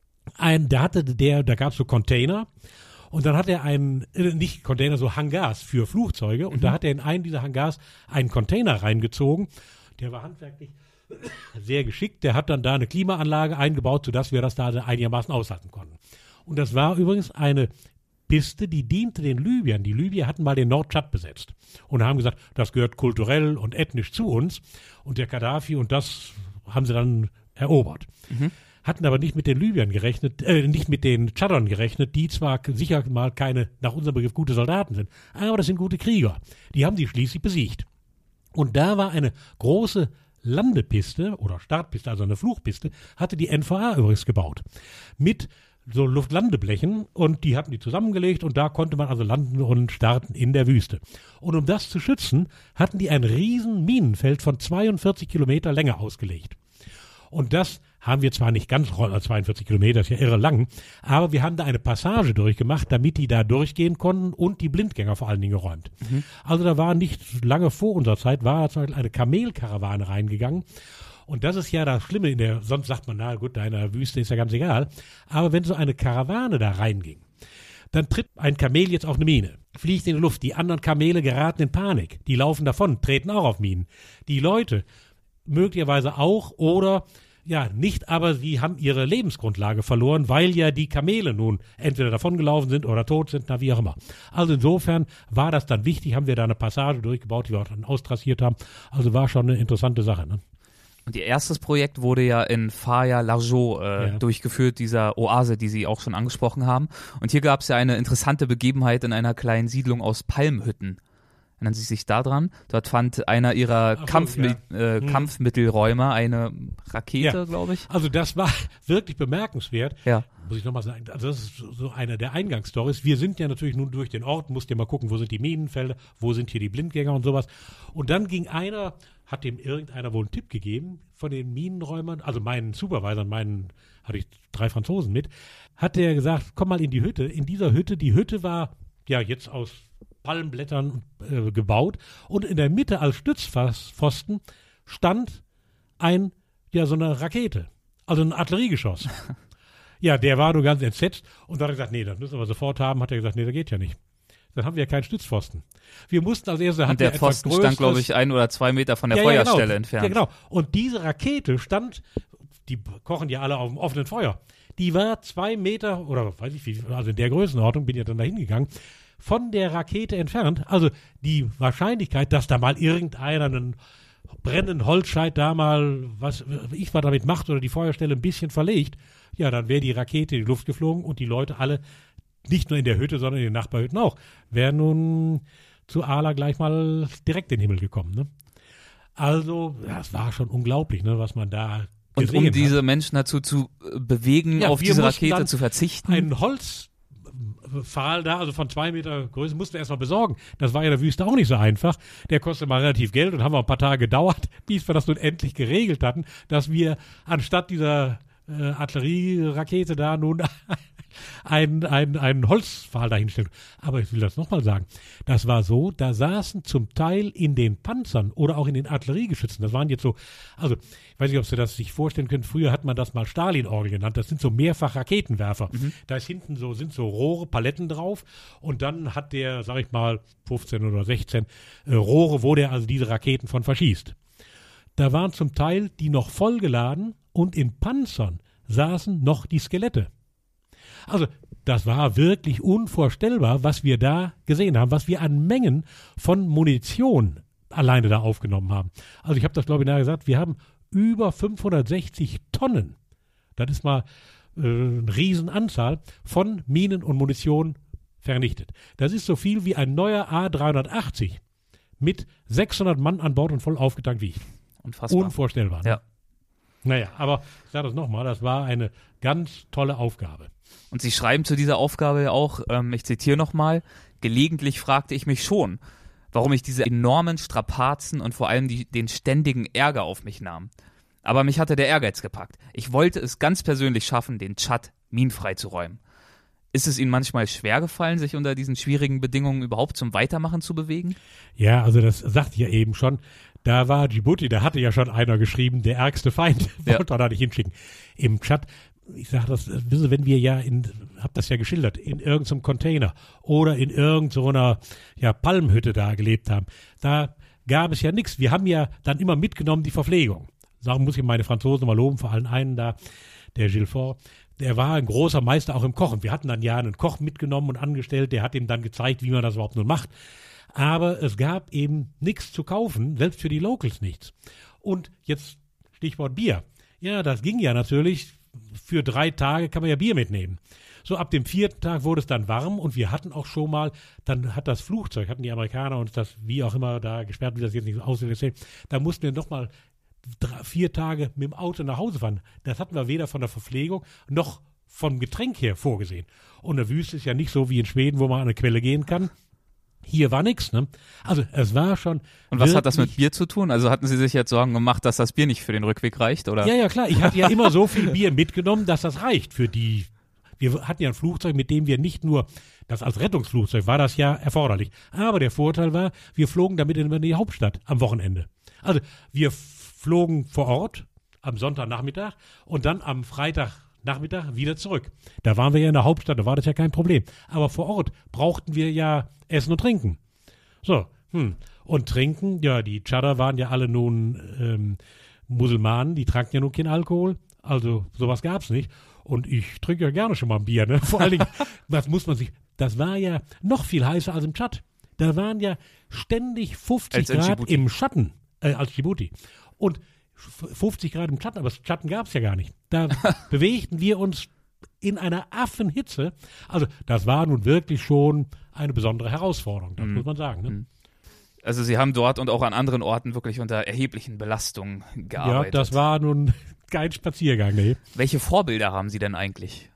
S3: ein, da hatte der, da gab es so Container und dann hat er einen, nicht Container, so Hangars für Flugzeuge und mhm. da hat er in einen dieser Hangars einen Container reingezogen. Der war handwerklich sehr geschickt, der hat dann da eine Klimaanlage eingebaut, sodass wir das da einigermaßen aushalten konnten. Und das war übrigens eine Piste, die diente den Libyern. Die Libyer hatten mal den Nordtschad besetzt und haben gesagt, das gehört kulturell und ethnisch zu uns. Und der Gaddafi und das haben sie dann erobert. Mhm. hatten aber nicht mit den Libyern gerechnet, äh, nicht mit den Tschadern gerechnet, die zwar sicher mal keine, nach unserem Begriff, gute Soldaten sind, aber das sind gute Krieger. Die haben sie schließlich besiegt. Und da war eine große Landepiste oder Startpiste, also eine Flugpiste, hatte die N V A übrigens gebaut. Mit so Luftlandeblechen und die hatten die zusammengelegt und da konnte man also landen und starten in der Wüste. Und um das zu schützen, hatten die ein riesen Minenfeld von zweiundvierzig Kilometer Länge ausgelegt. Und das haben wir zwar nicht ganz, zweiundvierzig Kilometer ist ja irre lang, aber wir haben da eine Passage durchgemacht, damit die da durchgehen konnten und die Blindgänger vor allen Dingen geräumt. Mhm. Also da war nicht lange vor unserer Zeit, war zum Beispiel eine Kamelkarawane reingegangen. Und das ist ja das Schlimme in der, sonst sagt man, na gut, da in der Wüste ist ja ganz egal. Aber wenn so eine Karawane da reinging, dann tritt ein Kamel jetzt auf eine Mine, fliegt in die Luft, die anderen Kamele geraten in Panik, die laufen davon, treten auch auf Minen. Die Leute möglicherweise auch oder ja, nicht, aber sie haben ihre Lebensgrundlage verloren, weil ja die Kamele nun entweder davongelaufen sind oder tot sind, na wie auch immer. Also insofern war das dann wichtig, haben wir da eine Passage durchgebaut, die wir auch dann austrassiert haben. Also war schon eine interessante Sache, ne?
S1: Und ihr erstes Projekt wurde ja in Faya-Largeau äh, ja. durchgeführt, dieser Oase, die Sie auch schon angesprochen haben. Und hier gab es ja eine interessante Begebenheit in einer kleinen Siedlung aus Palmhütten. Erinnern Sie sich daran? Dort fand einer ihrer so, Kampfmi-
S3: ja.
S1: äh,
S3: hm.
S1: Kampfmittelräumer eine Rakete,
S3: ja.
S1: glaube ich.
S3: Also das war wirklich bemerkenswert.
S1: Ja.
S3: Muss ich nochmal sagen, also das ist so eine der Eingangsstories. Wir sind ja natürlich nun durch den Ort, musst ja mal gucken, wo sind die Minenfelder, wo sind hier die Blindgänger und sowas. Und dann ging einer, hat dem irgendeiner wohl einen Tipp gegeben von den Minenräumern, also meinen Supervisern, meinen, hatte ich drei Franzosen mit, hat der gesagt, komm mal in die Hütte. In dieser Hütte, die Hütte war ja jetzt aus Palmblättern äh, gebaut und in der Mitte als Stützpfosten stand ein, ja, so eine Rakete, also ein Artilleriegeschoss. Ja, der war nur ganz entsetzt und dann hat er gesagt, nee, das müssen wir sofort haben, hat er gesagt, nee, das geht ja nicht. Dann haben wir ja keinen Stützpfosten. Wir mussten als erstes...
S1: Und der Pfosten stand, glaube ich, ein oder zwei Meter von der
S3: ja,
S1: Feuerstelle
S3: ja, genau.
S1: entfernt.
S3: Ja, genau. Und diese Rakete stand, die kochen ja alle auf dem offenen Feuer, die war zwei Meter oder weiß ich wie, also in der Größenordnung, bin ja dann da hingegangen, von der Rakete entfernt. Also die Wahrscheinlichkeit, dass da mal irgendeiner einen brennenden Holzscheit da mal, was ich was damit macht oder die Feuerstelle ein bisschen verlegt, ja, dann wäre die Rakete in die Luft geflogen und die Leute alle, nicht nur in der Hütte, sondern in den Nachbarhütten auch, wären nun zu Ala gleich mal direkt in den Himmel gekommen. Ne? Also, das war schon unglaublich, ne, was man da
S1: und
S3: gesehen hat.
S1: Und um diese Menschen dazu zu bewegen,
S3: ja,
S1: auf diese Rakete zu verzichten?
S3: Ein Holzpfahl da, also von zwei Meter Größe, mussten wir erstmal besorgen. Das war ja in der Wüste auch nicht so einfach. Der kostete mal relativ Geld und haben wir ein paar Tage gedauert, bis wir das nun endlich geregelt hatten, dass wir anstatt dieser äh, Artillerierakete da nun einen, einen, einen Holzpfahl dahinstellen. Aber ich will das nochmal sagen. Das war so, da saßen zum Teil in den Panzern oder auch in den Artilleriegeschützen, das waren jetzt so, also ich weiß nicht, ob Sie das sich vorstellen können, früher hat man das mal Stalin-Orgel genannt, das sind so Mehrfach-Raketenwerfer. Mhm. Da ist hinten so, sind so Rohre, Paletten drauf und dann hat der, sag ich mal, fünfzehn oder sechzehn äh, Rohre, wo der also diese Raketen von verschießt. Da waren zum Teil die noch vollgeladen und in Panzern saßen noch die Skelette. Also das war wirklich unvorstellbar, was wir da gesehen haben, was wir an Mengen von Munition alleine da aufgenommen haben. Also ich habe das, glaube ich, nachher gesagt, wir haben über fünfhundertsechzig Tonnen, das ist mal äh, eine Riesenanzahl, von Minen und Munition vernichtet. Das ist so viel wie ein neuer A dreihundertachtzig mit sechshundert Mann an Bord und voll aufgetankt wiegt.
S1: Unfassbar.
S3: Unvorstellbar. Ne?
S1: Ja.
S3: Naja, aber ich sage das nochmal, das war eine ganz tolle Aufgabe.
S1: Und Sie schreiben zu dieser Aufgabe ja auch, ähm, ich zitiere nochmal, gelegentlich fragte ich mich schon, warum ich diese enormen Strapazen und vor allem die, den ständigen Ärger auf mich nahm. Aber mich hatte der Ehrgeiz gepackt. Ich wollte es ganz persönlich schaffen, den Tschad minenfrei zu räumen. Ist es Ihnen manchmal schwer gefallen, sich unter diesen schwierigen Bedingungen überhaupt zum Weitermachen zu bewegen?
S3: Ja, also das sagte ich ja eben schon. Da war Djibouti, da hatte ja schon einer geschrieben, der ärgste Feind,
S1: ja.
S3: wollte er da nicht hinschicken. Im Tschad, ich sage das, wissen Sie, wenn wir ja in, hab das ja geschildert, in irgendeinem Container oder in irgendeiner ja, Palmhütte da gelebt haben, da gab es ja nichts. Wir haben ja dann immer mitgenommen die Verpflegung. Sagen muss ich meine Franzosen mal loben, vor allem einen da, der Gilles Fort. Der war ein großer Meister auch im Kochen. Wir hatten dann ja einen Koch mitgenommen und angestellt, der hat ihm dann gezeigt, wie man das überhaupt nun macht. Aber es gab eben nichts zu kaufen, selbst für die Locals nichts. Und jetzt Stichwort Bier. Ja, das ging ja natürlich, für drei Tage kann man ja Bier mitnehmen. So ab dem vierten Tag wurde es dann warm und wir hatten auch schon mal, dann hat das Flugzeug, hatten die Amerikaner uns das wie auch immer da gesperrt, wie das jetzt nicht aussieht, da mussten wir nochmal vier Tage mit dem Auto nach Hause fahren. Das hatten wir weder von der Verpflegung noch vom Getränk her vorgesehen. Und der Wüste ist ja nicht so wie in Schweden, wo man an eine Quelle gehen kann. Hier war nichts, ne? Also es war schon.
S1: Und was hat das mit Bier zu tun? Also hatten Sie sich jetzt Sorgen gemacht, dass das Bier nicht für den Rückweg reicht, oder?
S3: Ja, ja, klar. Ich hatte ja immer so viel Bier mitgenommen, dass das reicht für die. Wir hatten ja ein Flugzeug, mit dem wir nicht nur, das als Rettungsflugzeug war das ja erforderlich. Aber der Vorteil war, wir flogen damit in die Hauptstadt am Wochenende. Also wir flogen vor Ort am Sonntagnachmittag und dann am Freitagnachmittag wieder zurück. Da waren wir ja in der Hauptstadt, da war das ja kein Problem. Aber vor Ort brauchten wir ja Essen und Trinken. So, hm. Und Trinken, ja, die Tschadder waren ja alle nun ähm, Musulmanen, die tranken ja nun keinen Alkohol. Also sowas gab's nicht. Und ich trinke ja gerne schon mal ein Bier, ne? Vor allen Dingen, was muss man sich, das war ja noch viel heißer als im Tschad. Da waren ja ständig fünfzig Grad Djibouti. Im Schatten, äh, als Djibouti. Und fünfzig Grad im Schatten, aber das Schatten gab's ja gar nicht. Da bewegten wir uns in einer Affenhitze. Also das war nun wirklich schon eine besondere Herausforderung, das mm. muss man sagen. Ne?
S1: Also Sie haben dort und auch an anderen Orten wirklich unter erheblichen Belastungen gearbeitet.
S3: Ja, das war nun kein Spaziergang. Ne?
S1: Welche Vorbilder haben Sie denn eigentlich?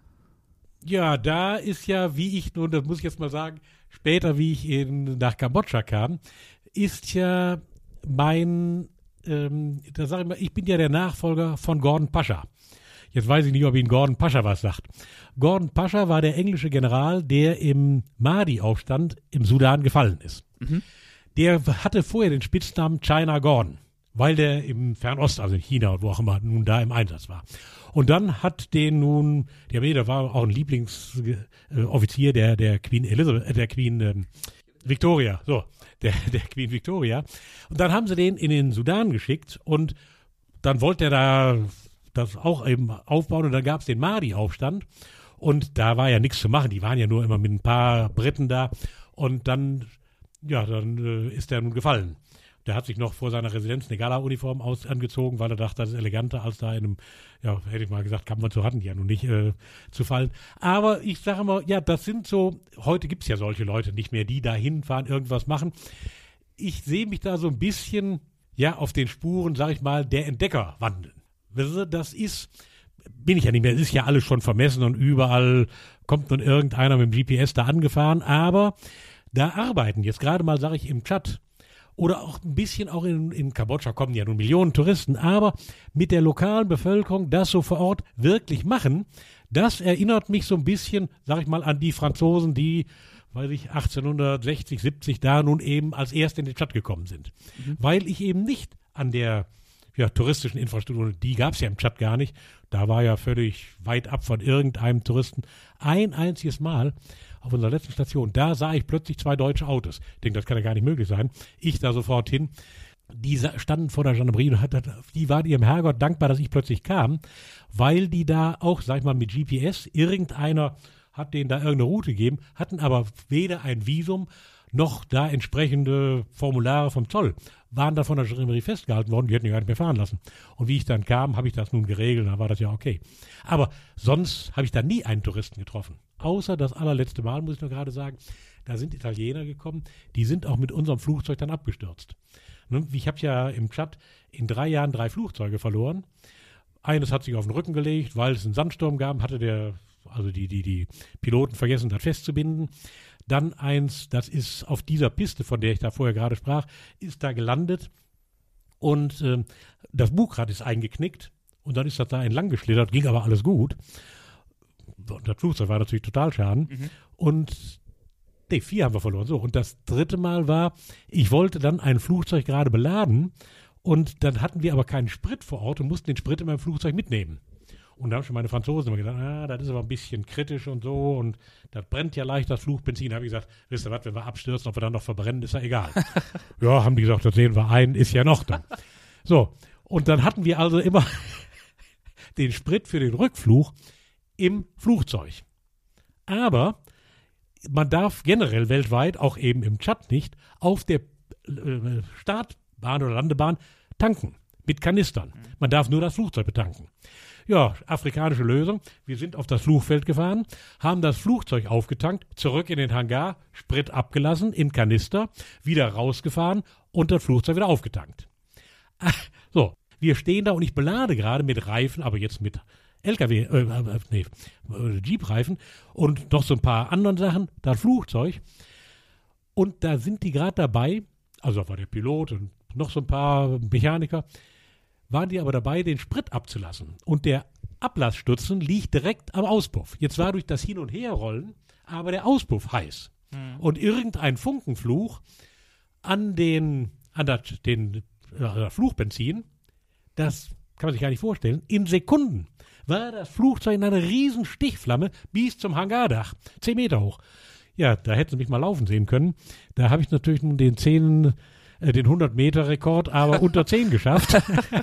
S3: Ja, da ist ja, wie ich nun, das muss ich jetzt mal sagen, später, wie ich in, nach Kambodscha kam, ist ja mein, ähm, da sage ich mal, ich bin ja der Nachfolger von Gordon Pascha. Jetzt weiß ich nicht, ob Ihnen Gordon Pascha was sagt. Gordon Pascha war der englische General, der im Mahdi-Aufstand im Sudan gefallen ist. Mhm. Der hatte vorher den Spitznamen China Gordon, weil der im Fernost, also in China und wo auch immer, nun da im Einsatz war. Und dann hat den nun, der, der war auch ein Lieblingsoffizier der, der Queen Elizabeth, der Queen ähm, Victoria, so, der, der Queen Victoria. Und dann haben sie den in den Sudan geschickt und dann wollte er da das auch eben aufbauen und dann gab es den Mahdi-Aufstand und da war ja nichts zu machen, die waren ja nur immer mit ein paar Briten da und dann, ja, dann äh, ist der nun gefallen. Der hat sich noch vor seiner Residenz eine Gala-Uniform aus angezogen, weil er dachte, das ist eleganter als da in einem, ja, hätte ich mal gesagt, kann man so hatten die ja nun nicht äh, zu fallen. Aber ich sage mal, ja, das sind so, heute gibt es ja solche Leute nicht mehr, die da hinfahren, irgendwas machen. Ich sehe mich da so ein bisschen, ja, auf den Spuren, sag ich mal, der Entdecker wandeln. Das ist, bin ich ja nicht mehr, es ist ja alles schon vermessen und überall kommt nun irgendeiner mit dem G P S da angefahren, aber da arbeiten jetzt gerade mal, sage ich, im Tschad oder auch ein bisschen auch in, in Kambodscha kommen ja nun Millionen Touristen, aber mit der lokalen Bevölkerung das so vor Ort wirklich machen, das erinnert mich so ein bisschen, sage ich mal, an die Franzosen, die, weiß ich, achtzehnhundertsechzig, siebzig da nun eben als erste in die Stadt gekommen sind. Mhm. Weil ich eben nicht an der ja, touristischen Infrastruktur, die gab es ja im Tschad gar nicht. Da war ja völlig weit ab von irgendeinem Touristen. Ein einziges Mal auf unserer letzten Station, da sah ich plötzlich zwei deutsche Autos. Ich denke, das kann ja gar nicht möglich sein. Ich da sofort hin. Die standen vor der Gendarmerie und hat, die waren ihrem Herrgott dankbar, dass ich plötzlich kam, weil die da auch, sag ich mal, mit G P S, irgendeiner hat denen da irgendeine Route gegeben, hatten aber weder ein Visum noch da entsprechende Formulare vom Zoll, waren da von der Gendarmerie festgehalten worden, die hätten die gar nicht mehr fahren lassen. Und wie ich dann kam, habe ich das nun geregelt, dann war das ja okay. Aber sonst habe ich da nie einen Touristen getroffen. Außer das allerletzte Mal, muss ich nur gerade sagen, da sind Italiener gekommen, die sind auch mit unserem Flugzeug dann abgestürzt. Ich habe ja im Tschad in drei Jahren drei Flugzeuge verloren. Eines hat sich auf den Rücken gelegt, weil es einen Sandsturm gab, hatte der, also die, die, die Piloten vergessen, das festzubinden. Dann eins, das ist auf dieser Piste, von der ich da vorher gerade sprach, ist da gelandet und äh, das Bugrad ist eingeknickt und dann ist das da entlang geschlittert, ging aber alles gut. Und das Flugzeug war natürlich total Schaden. Mhm. Und nee, vier haben wir verloren. So, und das dritte Mal war, ich wollte dann ein Flugzeug gerade beladen und dann hatten wir aber keinen Sprit vor Ort und mussten den Sprit in meinem Flugzeug mitnehmen. Und da haben schon meine Franzosen immer gesagt, ah, das ist aber ein bisschen kritisch und so und das brennt ja leicht, das Flugbenzin. Da habe ich gesagt, wisst ihr was, wenn wir abstürzen, ob wir dann noch verbrennen, ist ja egal. Ja, haben die gesagt, das sehen wir ein, ist ja noch dann. So, und dann hatten wir also immer den Sprit für den Rückflug im Flugzeug. Aber man darf generell weltweit, auch eben im Tschad nicht, auf der äh, Startbahn oder Landebahn tanken. mit Kanistern. Man darf nur das Flugzeug betanken. Ja, afrikanische Lösung. Wir sind auf das Flugfeld gefahren, haben das Flugzeug aufgetankt, zurück in den Hangar, Sprit abgelassen, in Kanister, wieder rausgefahren und das Flugzeug wieder aufgetankt. Ach, so, wir stehen da und ich belade gerade mit Reifen, aber jetzt mit L K W, äh, nee, Jeep-Reifen und noch so ein paar anderen Sachen, das Flugzeug. Und da sind die gerade dabei, also da war der Pilot und noch so ein paar Mechaniker, waren die aber dabei, den Sprit abzulassen. Und der Ablassstutzen liegt direkt am Auspuff. Jetzt war durch das Hin- und Herrollen aber der Auspuff heiß. Mhm. Und irgendein Funkenfluch an den, an das, den äh, Flugbenzin, das kann man sich gar nicht vorstellen, in Sekunden war das Flugzeug in einer riesen Stichflamme bis zum Hangardach, zehn Meter hoch. Ja, da hätten sie mich mal laufen sehen können. Da habe ich natürlich nun den zehn den hundert-Meter-Rekord, aber unter zehn geschafft.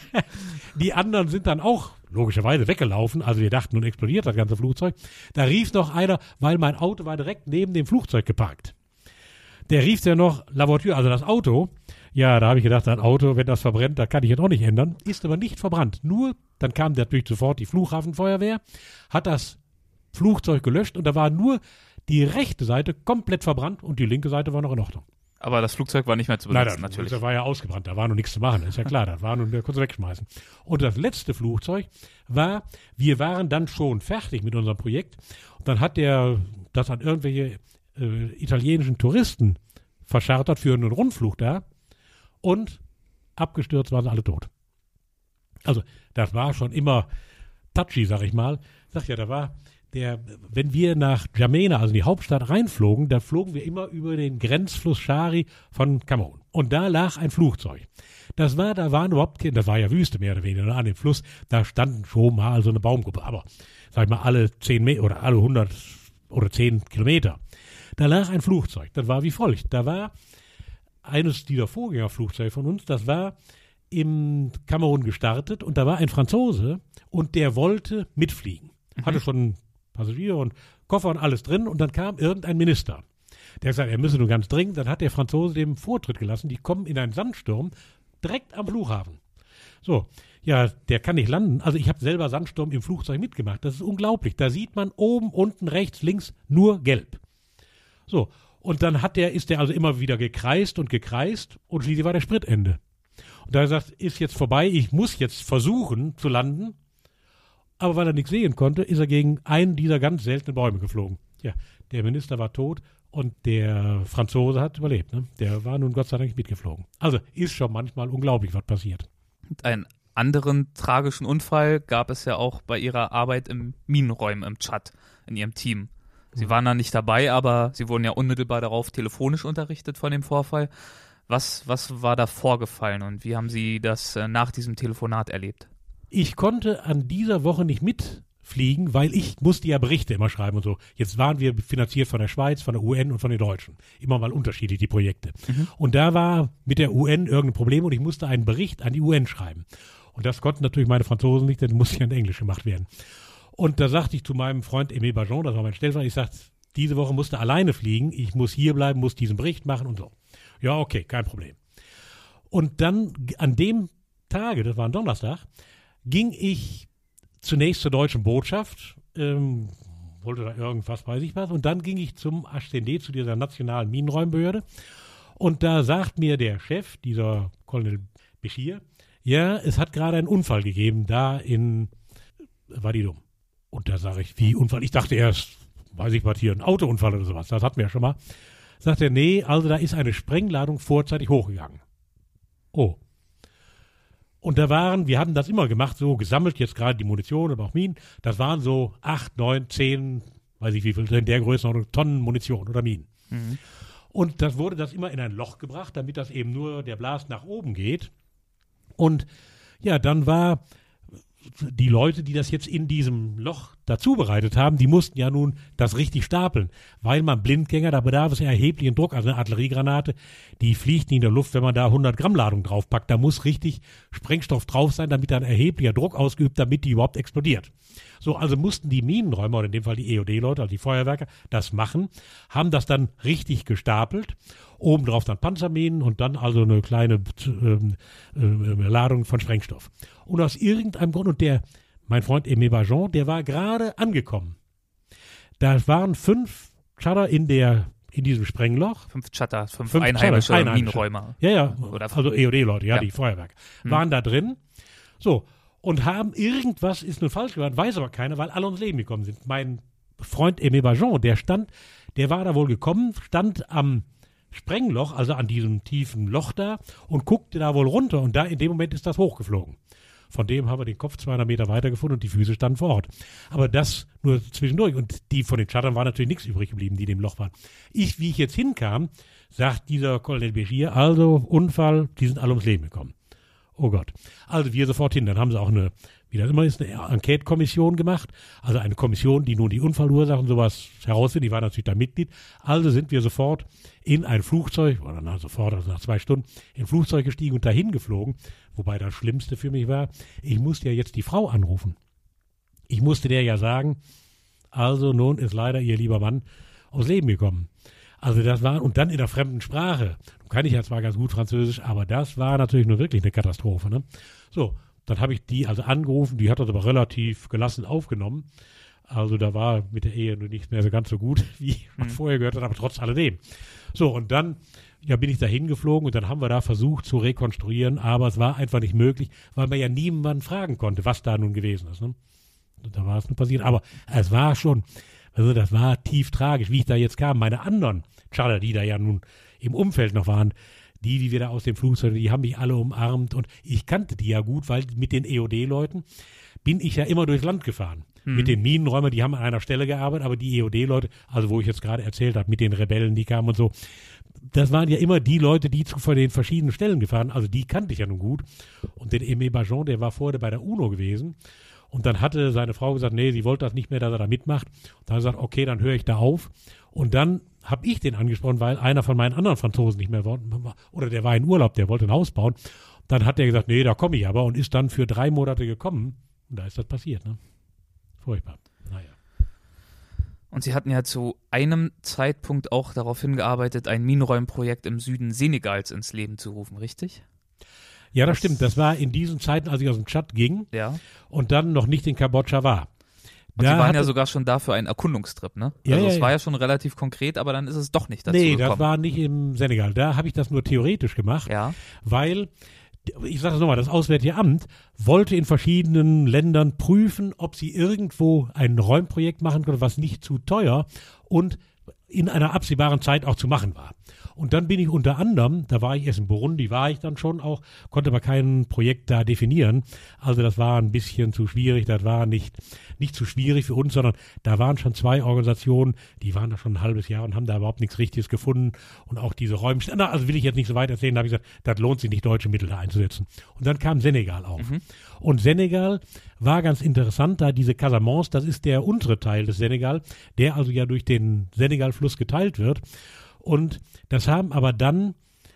S3: Die anderen sind dann auch logischerweise weggelaufen. Also wir dachten, nun explodiert das ganze Flugzeug. Da rief noch einer, weil mein Auto war direkt neben dem Flugzeug geparkt. Der rief ja noch, La Voiture, also das Auto. Ja, da habe ich gedacht, das Auto, wenn das verbrennt, das kann ich jetzt auch nicht ändern. Ist aber nicht verbrannt. Nur, dann kam natürlich sofort die Flughafenfeuerwehr, hat das Flugzeug gelöscht und da war nur die rechte Seite komplett verbrannt und die linke Seite war noch in Ordnung.
S1: Aber das Flugzeug war nicht mehr zu benutzen,
S3: Nein, das
S1: natürlich.
S3: Das war ja ausgebrannt, da war noch nichts zu machen, ist ja klar, das war nur kurz wegschmeißen. Und das letzte Flugzeug war, wir waren dann schon fertig mit unserem Projekt und dann hat der das an irgendwelche äh, italienischen Touristen verschartert für einen Rundflug da und abgestürzt waren sie alle tot. Also das war schon immer touchy, sag ich mal. Sag ja, da war der, wenn wir nach N'Djamena, also in die Hauptstadt, reinflogen, da flogen wir immer über den Grenzfluss Shari von Kamerun. Und da lag ein Flugzeug. Das war, da waren überhaupt keine, das war ja Wüste mehr oder weniger, an dem Fluss, da standen schon mal so eine Baumgruppe, aber, sag ich mal, alle zehn Meter oder alle hundert oder zehn Kilometer. Da lag ein Flugzeug, das war wie folgt. Da war eines dieser Vorgängerflugzeuge von uns, das war im Kamerun gestartet und da war ein Franzose und der wollte mitfliegen. Mhm. Hatte schon Passagier und Koffer und alles drin und dann kam irgendein Minister. Der hat gesagt, er müsse nur ganz dringend, dann hat der Franzose dem Vortritt gelassen, die kommen in einen Sandsturm direkt am Flughafen. So, ja, der kann nicht landen. Also ich habe selber Sandsturm im Flugzeug mitgemacht, das ist unglaublich. Da sieht man oben, unten, rechts, links nur gelb. So, und dann hat der, ist der also immer wieder gekreist und gekreist und schließlich war der Spritende. Und da hat er gesagt, ist jetzt vorbei, ich muss jetzt versuchen zu landen. Aber weil er nichts sehen konnte, ist er gegen einen dieser ganz seltenen Bäume geflogen. Ja, der Minister war tot und der Franzose hat überlebt. Ne? Der war nun Gott sei Dank nicht mitgeflogen. Also ist schon manchmal unglaublich, was passiert.
S1: Und einen anderen tragischen Unfall gab es ja auch bei ihrer Arbeit im Minenräumen im Tschad, in ihrem Team. Sie mhm. waren da nicht dabei, aber sie wurden ja unmittelbar darauf telefonisch unterrichtet von dem Vorfall. Was, was war da vorgefallen und wie haben Sie das äh, nach diesem Telefonat erlebt?
S3: Ich konnte an dieser Woche nicht mitfliegen, weil ich musste ja Berichte immer schreiben und so. Jetzt waren wir finanziert von der Schweiz, von der U N und von den Deutschen. Immer mal unterschiedlich, die Projekte. Mhm. Und da war mit der U N irgendein Problem und ich musste einen Bericht an die U N schreiben. Und das konnten natürlich meine Franzosen nicht, denn musste ja in Englisch gemacht werden. Und da sagte ich zu meinem Freund Aimé Bajon, das war mein Stellvertreter, ich sagte, diese Woche musste alleine fliegen, ich muss hier bleiben, muss diesen Bericht machen und so. Ja, okay, kein Problem. Und dann an dem Tage, das war ein Donnerstag, ging ich zunächst zur deutschen Botschaft, ähm, wollte da irgendwas, weiß ich was, und dann ging ich zum H C N D, zu dieser nationalen Minenräumbehörde, und da sagt mir der Chef, dieser Colonel Bashir, ja, es hat gerade einen Unfall gegeben, da in Vadidum. Und da sage ich, wie Unfall? Ich dachte erst, weiß ich was hier, ein Autounfall oder sowas, das hatten wir ja schon mal. Sagt er, nee, also da ist eine Sprengladung vorzeitig hochgegangen. Oh. Und da waren, wir hatten das immer gemacht, so gesammelt, jetzt gerade die Munition, aber auch Minen, das waren so acht, neun, zehn, weiß ich wie viel, in der Größenordnung, Tonnen Munition oder Minen. Mhm. Und das wurde das immer in ein Loch gebracht, damit das eben nur der Blast nach oben geht. Und ja, dann war die Leute, die das jetzt in diesem Loch dazu bereitet haben, die mussten ja nun das richtig stapeln, weil man Blindgänger, da bedarf es erheblichen Druck, also eine Artilleriegranate, die fliegt nicht in der Luft, wenn man da hundert Gramm Ladung draufpackt, da muss richtig Sprengstoff drauf sein, damit da ein erheblicher Druck ausgeübt, damit die überhaupt explodiert. So, also mussten die Minenräumer, oder in dem Fall die E O D-Leute, also die Feuerwerker, das machen, haben das dann richtig gestapelt Obendrauf dann Panzerminen und dann also eine kleine ähm, äh, Ladung von Sprengstoff. Und aus irgendeinem Grund, und der, mein Freund Aimé Bajon, der war gerade angekommen. Da waren fünf Tschadder in der in diesem Sprengloch.
S1: Fünf Tschadder, fünf,
S3: fünf
S1: Einheimische,
S3: Tschadder, Einheimische.
S1: Minenräumer.
S3: Ja, ja,
S1: Oder
S3: also E O D-Leute, ja,
S1: ja.
S3: die Feuerwerke.
S1: Hm.
S3: Waren da drin. So, und haben irgendwas, ist nun falsch geworden, weiß aber keiner, weil alle ums Leben gekommen sind. Mein Freund Aimé Bajon, der stand, der war da wohl gekommen, stand am Sprengloch, also an diesem tiefen Loch da und guckte da wohl runter und da in dem Moment ist das hochgeflogen. Von dem haben wir den Kopf zweihundert Meter weiter gefunden und die Füße standen vor Ort. Aber das nur zwischendurch. Und die von den Tschaddern war natürlich nichts übrig geblieben, die in dem Loch waren. Ich, wie ich jetzt hinkam, sagt dieser Colonel Béchir, also Unfall, die sind alle ums Leben gekommen. Oh Gott. Also wir sofort hin. Dann haben sie auch eine, wie das immer ist, eine Enquete-Kommission gemacht. Also eine Kommission, die nun die Unfallursachen sowas herausfindet. Die war natürlich da Mitglied. Also sind wir sofort in ein Flugzeug, oder na, sofort, also nach zwei Stunden, in ein Flugzeug gestiegen und dahin geflogen. Wobei das Schlimmste für mich war, ich musste ja jetzt die Frau anrufen. Ich musste der ja sagen, also nun ist leider ihr lieber Mann ums Leben gekommen. Also das war, und dann in der fremden Sprache. Kann ich ja zwar ganz gut Französisch, aber das war natürlich nur wirklich eine Katastrophe. Ne? So, dann habe ich die also angerufen, die hat das aber relativ gelassen aufgenommen. Also da war mit der Ehe nur nicht mehr so ganz so gut, wie man mhm. vorher gehört hat, aber trotz alledem. So, und dann ja, bin ich da hingeflogen und dann haben wir da versucht zu rekonstruieren, aber es war einfach nicht möglich, weil man ja niemanden fragen konnte, was da nun gewesen ist. Ne? Und da war es nur passiert. Aber es war schon, also das war tief tragisch, wie ich da jetzt kam. Meine anderen Tschadder, die da ja nun im Umfeld noch waren, die, wie wir da aus dem Flugzeug, die haben mich alle umarmt und ich kannte die ja gut, weil mit den E O D-Leuten bin ich ja immer durchs Land gefahren. Mhm. Mit den Minenräumern, die haben an einer Stelle gearbeitet, aber die E O D-Leute, also wo ich jetzt gerade erzählt habe, mit den Rebellen, die kamen und so, das waren ja immer die Leute, die zu von den verschiedenen Stellen gefahren, also die kannte ich ja nun gut. Und den Aimé Bajon, der war vorher bei der UNO gewesen und dann hatte seine Frau gesagt, nee, sie wollte das nicht mehr, dass er da mitmacht. Und dann hat er gesagt, okay, dann höre ich da auf. Und dann habe ich den angesprochen, weil einer von meinen anderen Franzosen nicht mehr wollte, oder der war in Urlaub, der wollte ein Haus bauen. Dann hat er gesagt, nee, da komme ich aber und ist dann für drei Monate gekommen. Und da ist das passiert, ne? Furchtbar. Naja.
S1: Und Sie hatten ja zu einem Zeitpunkt auch darauf hingearbeitet, ein Minenräumprojekt im Süden Senegals ins Leben zu rufen, richtig?
S3: Ja, das, das stimmt. Das war in diesen Zeiten, als ich aus dem Tschad ging
S1: ja. und
S3: dann noch nicht in Kambodscha war.
S1: Und
S3: da
S1: Sie waren
S3: hatte,
S1: ja sogar schon da für einen Erkundungstrip, ne?
S3: Ja,
S1: also
S3: ja,
S1: es
S3: ja.
S1: war ja schon relativ konkret, aber dann ist es doch nicht dazu
S3: nee,
S1: gekommen.
S3: Nee, das war nicht im Senegal. Da habe ich das nur theoretisch gemacht,
S1: ja.
S3: weil, ich sage das nochmal, das Auswärtige Amt wollte in verschiedenen Ländern prüfen, ob sie irgendwo ein Räumprojekt machen können, was nicht zu teuer und in einer absehbaren Zeit auch zu machen war. Und dann bin ich unter anderem, da war ich erst in Burundi, war ich dann schon auch, konnte aber kein Projekt da definieren. Also das war ein bisschen zu schwierig, das war nicht, nicht zu schwierig für uns, sondern da waren schon zwei Organisationen, die waren da schon ein halbes Jahr und haben da überhaupt nichts Richtiges gefunden. Und auch diese Räume, also will ich jetzt nicht so weit erzählen, da habe ich gesagt, das lohnt sich nicht, deutsche Mittel da einzusetzen. Und dann kam Senegal auf. Mhm. Und Senegal war ganz interessant, da diese Casamance, das ist der untere Teil des Senegal, der also ja durch den Senegalfluss geteilt wird. Und das haben aber dann,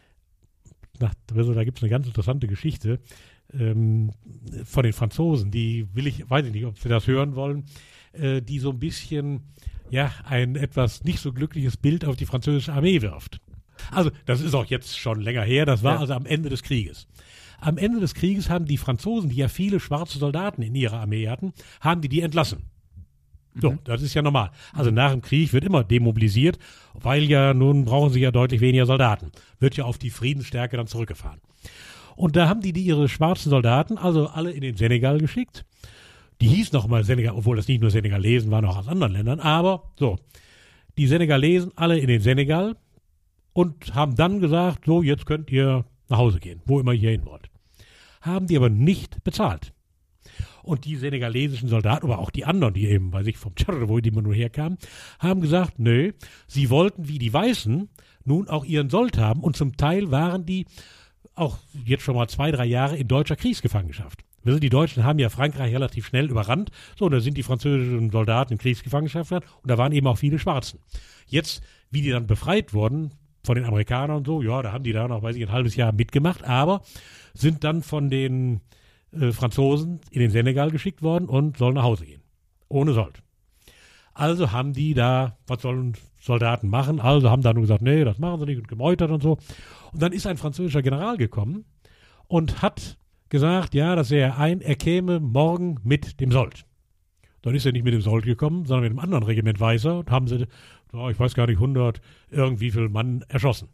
S3: na, da gibt es eine ganz interessante Geschichte ähm, von den Franzosen, die will ich, weiß ich nicht, ob Sie das hören wollen, äh, die so ein bisschen, ja, ein etwas nicht so glückliches Bild auf die französische Armee wirft. Also, das ist auch jetzt schon länger her, das war ja. also am Ende des Krieges. Am Ende des Krieges haben die Franzosen, die ja viele schwarze Soldaten in ihrer Armee hatten, haben die die entlassen. So, mhm. das ist ja normal. Also nach dem Krieg wird immer demobilisiert, weil ja nun brauchen sie ja deutlich weniger Soldaten. Wird ja auf die Friedensstärke dann zurückgefahren. Und da haben die, die ihre schwarzen Soldaten also alle in den Senegal geschickt. Die hieß noch mal Senegal, obwohl das nicht nur Senegalesen waren, auch aus anderen Ländern. Aber so, die Senegalesen alle in den Senegal und haben dann gesagt, so jetzt könnt ihr nach Hause gehen, wo immer ihr hin wollt. Haben die aber nicht bezahlt. Und die senegalesischen Soldaten, aber auch die anderen, die eben bei sich vom Tschad oder wo die immer nur herkamen, haben gesagt, nö, sie wollten wie die Weißen nun auch ihren Sold haben und zum Teil waren die auch jetzt schon mal zwei, drei Jahre in deutscher Kriegsgefangenschaft. Die Deutschen haben ja Frankreich relativ schnell überrannt, so, und da sind die französischen Soldaten in Kriegsgefangenschaft und da waren eben auch viele Schwarzen. Jetzt, wie die dann befreit wurden von den Amerikanern und so, ja, da haben die da noch, weiß ich, ein halbes Jahr mitgemacht, aber sind dann von den Äh, Franzosen in den Senegal geschickt worden und sollen nach Hause gehen. Ohne Sold. Also haben die da, was sollen Soldaten machen. Also haben da nur gesagt, nee, das machen sie nicht und gemeutert und so. Und dann ist ein französischer General gekommen und hat gesagt, ja, das sähe ein, er käme morgen mit dem Sold. Dann ist er nicht mit dem Sold gekommen, sondern mit einem anderen Regiment Weißer und haben sie, oh, ich weiß gar nicht, hundert, irgendwie viel Mann erschossen.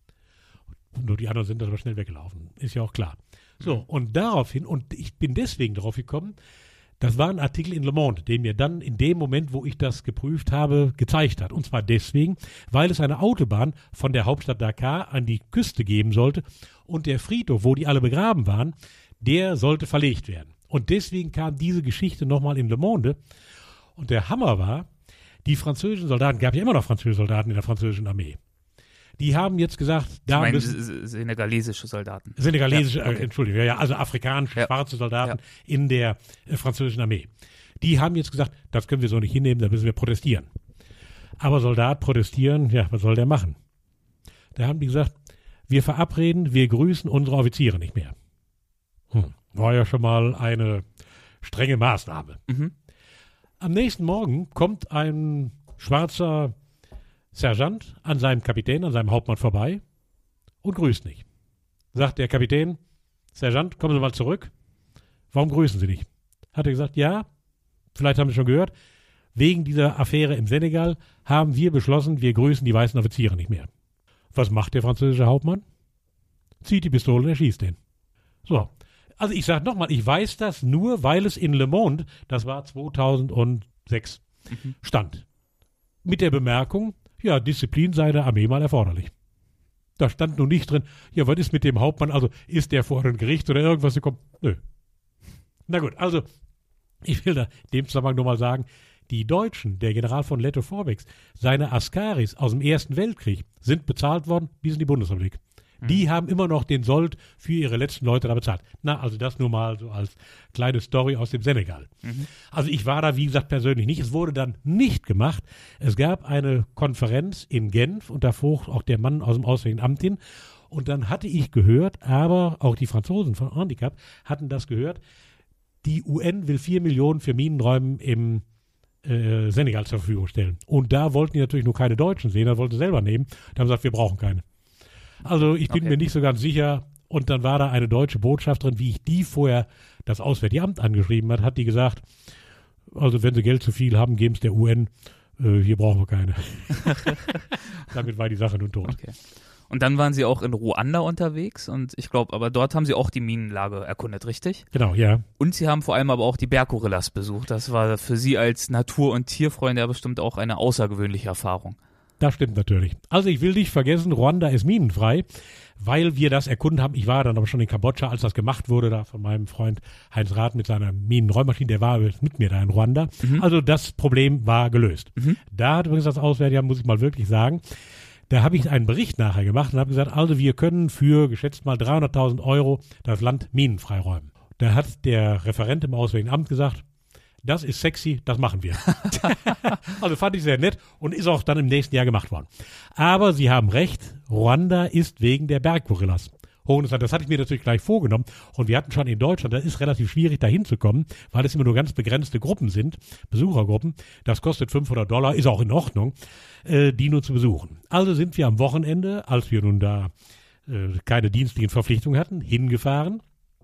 S3: Nur die anderen sind aber schnell weggelaufen. Ist ja auch klar. So, und daraufhin, und ich bin deswegen darauf gekommen, das war ein Artikel in Le Monde, den mir dann in dem Moment, wo ich das geprüft habe, gezeigt hat. Und zwar deswegen, weil es eine Autobahn von der Hauptstadt Dakar an die Küste geben sollte und der Friedhof, wo die alle begraben waren, der sollte verlegt werden. Und deswegen kam diese Geschichte nochmal in Le Monde. Und der Hammer war, die französischen Soldaten, gab ja immer noch französische Soldaten in der französischen Armee. Die haben jetzt gesagt, da
S1: ich meine,
S3: müssen
S1: senegalesische Soldaten.
S3: Senegalesische,
S1: ja, okay.
S3: äh, Entschuldigung, ja, also afrikanische,
S1: ja.
S3: schwarze Soldaten
S1: ja.
S3: in der äh, französischen Armee. Die haben jetzt gesagt, das können wir so nicht hinnehmen, da müssen wir protestieren. Aber Soldat protestieren, ja, was soll der machen? Da haben die gesagt, wir verabreden, wir grüßen unsere Offiziere nicht mehr. Hm. War ja schon mal eine strenge Maßnahme.
S1: Mhm.
S3: Am nächsten Morgen kommt ein schwarzer Sergeant an seinem Kapitän, an seinem Hauptmann vorbei und grüßt nicht. Sagt der Kapitän, Sergeant, kommen Sie mal zurück. Warum grüßen Sie nicht? Hat er gesagt, ja, vielleicht haben Sie schon gehört, wegen dieser Affäre im Senegal haben wir beschlossen, wir grüßen die weißen Offiziere nicht mehr. Was macht der französische Hauptmann? Zieht die Pistole und erschießt den. So, also ich sage nochmal, ich weiß das nur, weil es in Le Monde, das war zweitausendsechs, mhm. stand. Mit der Bemerkung, ja, Disziplin sei der Armee mal erforderlich. Da stand nun nicht drin, ja, was ist mit dem Hauptmann, also ist der vor ein Gericht oder irgendwas gekommen? Nö. Na gut, also ich will da in dem Zusammenhang nur mal sagen, die Deutschen, der General von Letto Vorbex, seine Askaris aus dem Ersten Weltkrieg sind bezahlt worden bis in die Bundesrepublik. Die haben immer noch den Sold für ihre letzten Leute da bezahlt. Na, also das nur mal so als kleine Story aus dem Senegal. Mhm. Also ich war da, wie gesagt, persönlich nicht. Es wurde dann nicht gemacht. Es gab eine Konferenz in Genf und da fuhr auch der Mann aus dem Auswärtigen Amt hin. Und dann hatte ich gehört, aber auch die Franzosen von Handicap hatten das gehört, die U N will vier Millionen für Minenräumen im äh, Senegal zur Verfügung stellen. Und da wollten die natürlich nur keine Deutschen sehen, da wollten sie selber nehmen. Da haben sie gesagt, wir brauchen keine. Also ich bin
S1: okay.
S3: mir nicht so ganz sicher. Und dann war da eine deutsche Botschafterin, wie ich die vorher das Auswärtige Amt angeschrieben hat, hat die gesagt, also wenn sie Geld zu viel haben, geben es der U N, äh, hier brauchen wir keine. Damit war die Sache nun tot.
S1: Okay. Und dann waren Sie auch in Ruanda unterwegs und ich glaube, aber dort haben Sie auch die Minenlage erkundet, richtig?
S3: Genau, ja.
S1: Und Sie haben vor allem aber auch die Berggorillas besucht. Das war für Sie als Natur- und Tierfreunde ja bestimmt auch eine außergewöhnliche Erfahrung.
S3: Das stimmt natürlich. Also ich will nicht vergessen, Ruanda ist minenfrei, weil wir das erkunden haben. Ich war dann aber schon in Kambodscha, als das gemacht wurde, da von meinem Freund Heinz Rath mit seiner Minenräummaschine, der war mit mir da in Ruanda. Mhm. Also das Problem war gelöst. Mhm. Da hat übrigens das Auswärtige Amt, muss ich mal wirklich sagen, da habe ich einen Bericht nachher gemacht und habe gesagt, also wir können für geschätzt mal dreihunderttausend Euro das Land minenfrei räumen. Da hat der Referent im Auswärtigen Amt gesagt, das ist sexy, das machen wir. Also fand ich sehr nett und ist auch dann im nächsten Jahr gemacht worden. Aber Sie haben recht, Ruanda ist wegen der Berggorillas hochinteressant. Das hatte ich mir natürlich gleich vorgenommen und wir hatten schon in Deutschland, das ist relativ schwierig da hinzukommen, weil es immer nur ganz begrenzte Gruppen sind, Besuchergruppen. Das kostet fünfhundert Dollar, ist auch in Ordnung, äh, die nur zu besuchen. Also sind wir am Wochenende, als wir nun da äh, keine dienstlichen Verpflichtungen hatten, hingefahren.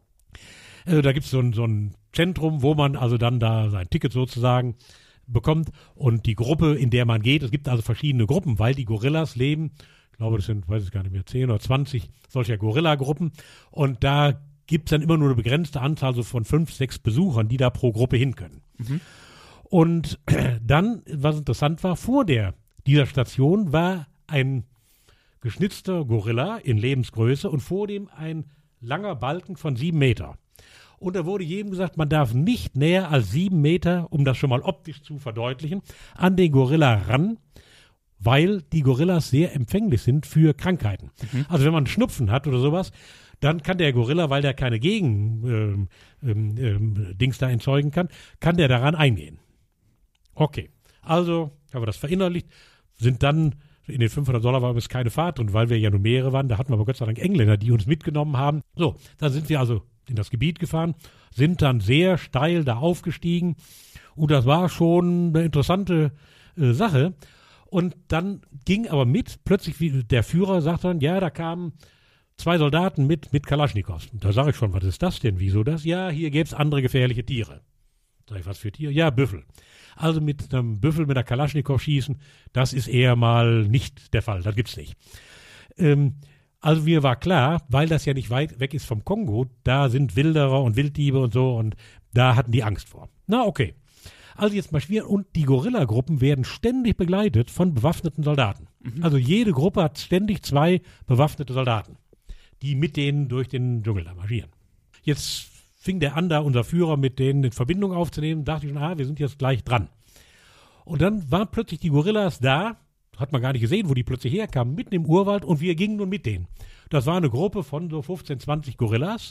S3: Äh, da gibt es so ein, so ein Zentrum, wo man also dann da sein Ticket sozusagen bekommt und die Gruppe, in der man geht, es gibt also verschiedene Gruppen, weil die Gorillas leben, ich glaube, das sind, weiß ich gar nicht mehr, zehn oder zwanzig solcher Gorilla-Gruppen und da gibt es dann immer nur eine begrenzte Anzahl so von fünf, sechs Besuchern, die da pro Gruppe hin können. Mhm. Und dann, was interessant war, vor der dieser Station war ein geschnitzter Gorilla in Lebensgröße und vor dem ein langer Balken von sieben Meter. Und da wurde jedem gesagt, man darf nicht näher als sieben Meter, um das schon mal optisch zu verdeutlichen, an den Gorilla ran, weil die Gorillas sehr empfänglich sind für Krankheiten. Mhm. Also wenn man Schnupfen hat oder sowas, dann kann der Gorilla, weil der keine Gegen ähm, ähm, Dings da erzeugen kann, kann der daran eingehen. Okay, also haben wir das verinnerlicht, sind dann in den fünfhundert Dollar war es keine Fahrt und weil wir ja nur mehrere waren, da hatten wir aber Gott sei Dank Engländer, die uns mitgenommen haben. So, dann sind wir also in das Gebiet gefahren, sind dann sehr steil da aufgestiegen und das war schon eine interessante äh, Sache. Und dann ging aber mit, plötzlich wie der Führer sagt dann, ja, da kamen zwei Soldaten mit, mit Kalaschnikows. Und da sage ich schon, was ist das denn? Wieso das? Ja, hier gäbe es andere gefährliche Tiere. Sag ich, was für Tiere? Ja, Büffel. Also mit einem Büffel mit einer Kalaschnikow schießen, das ist eher mal nicht der Fall. Das gibt's nicht. Ähm, also mir war klar, weil das ja nicht weit weg ist vom Kongo, da sind Wilderer und Wilddiebe und so und da hatten die Angst vor. Na, okay. Also jetzt marschieren und die Guerillagruppen werden ständig begleitet von bewaffneten Soldaten. Mhm. Also jede Gruppe hat ständig zwei bewaffnete Soldaten, die mit denen durch den Dschungel da marschieren. Jetzt fing der an, da unser Führer mit denen in Verbindung aufzunehmen, dachte ich schon, ah, wir sind jetzt gleich dran. Und dann waren plötzlich die Gorillas da, hat man gar nicht gesehen, wo die plötzlich herkamen, mitten im Urwald und wir gingen nun mit denen. Das war eine Gruppe von so fünfzehn, zwanzig Gorillas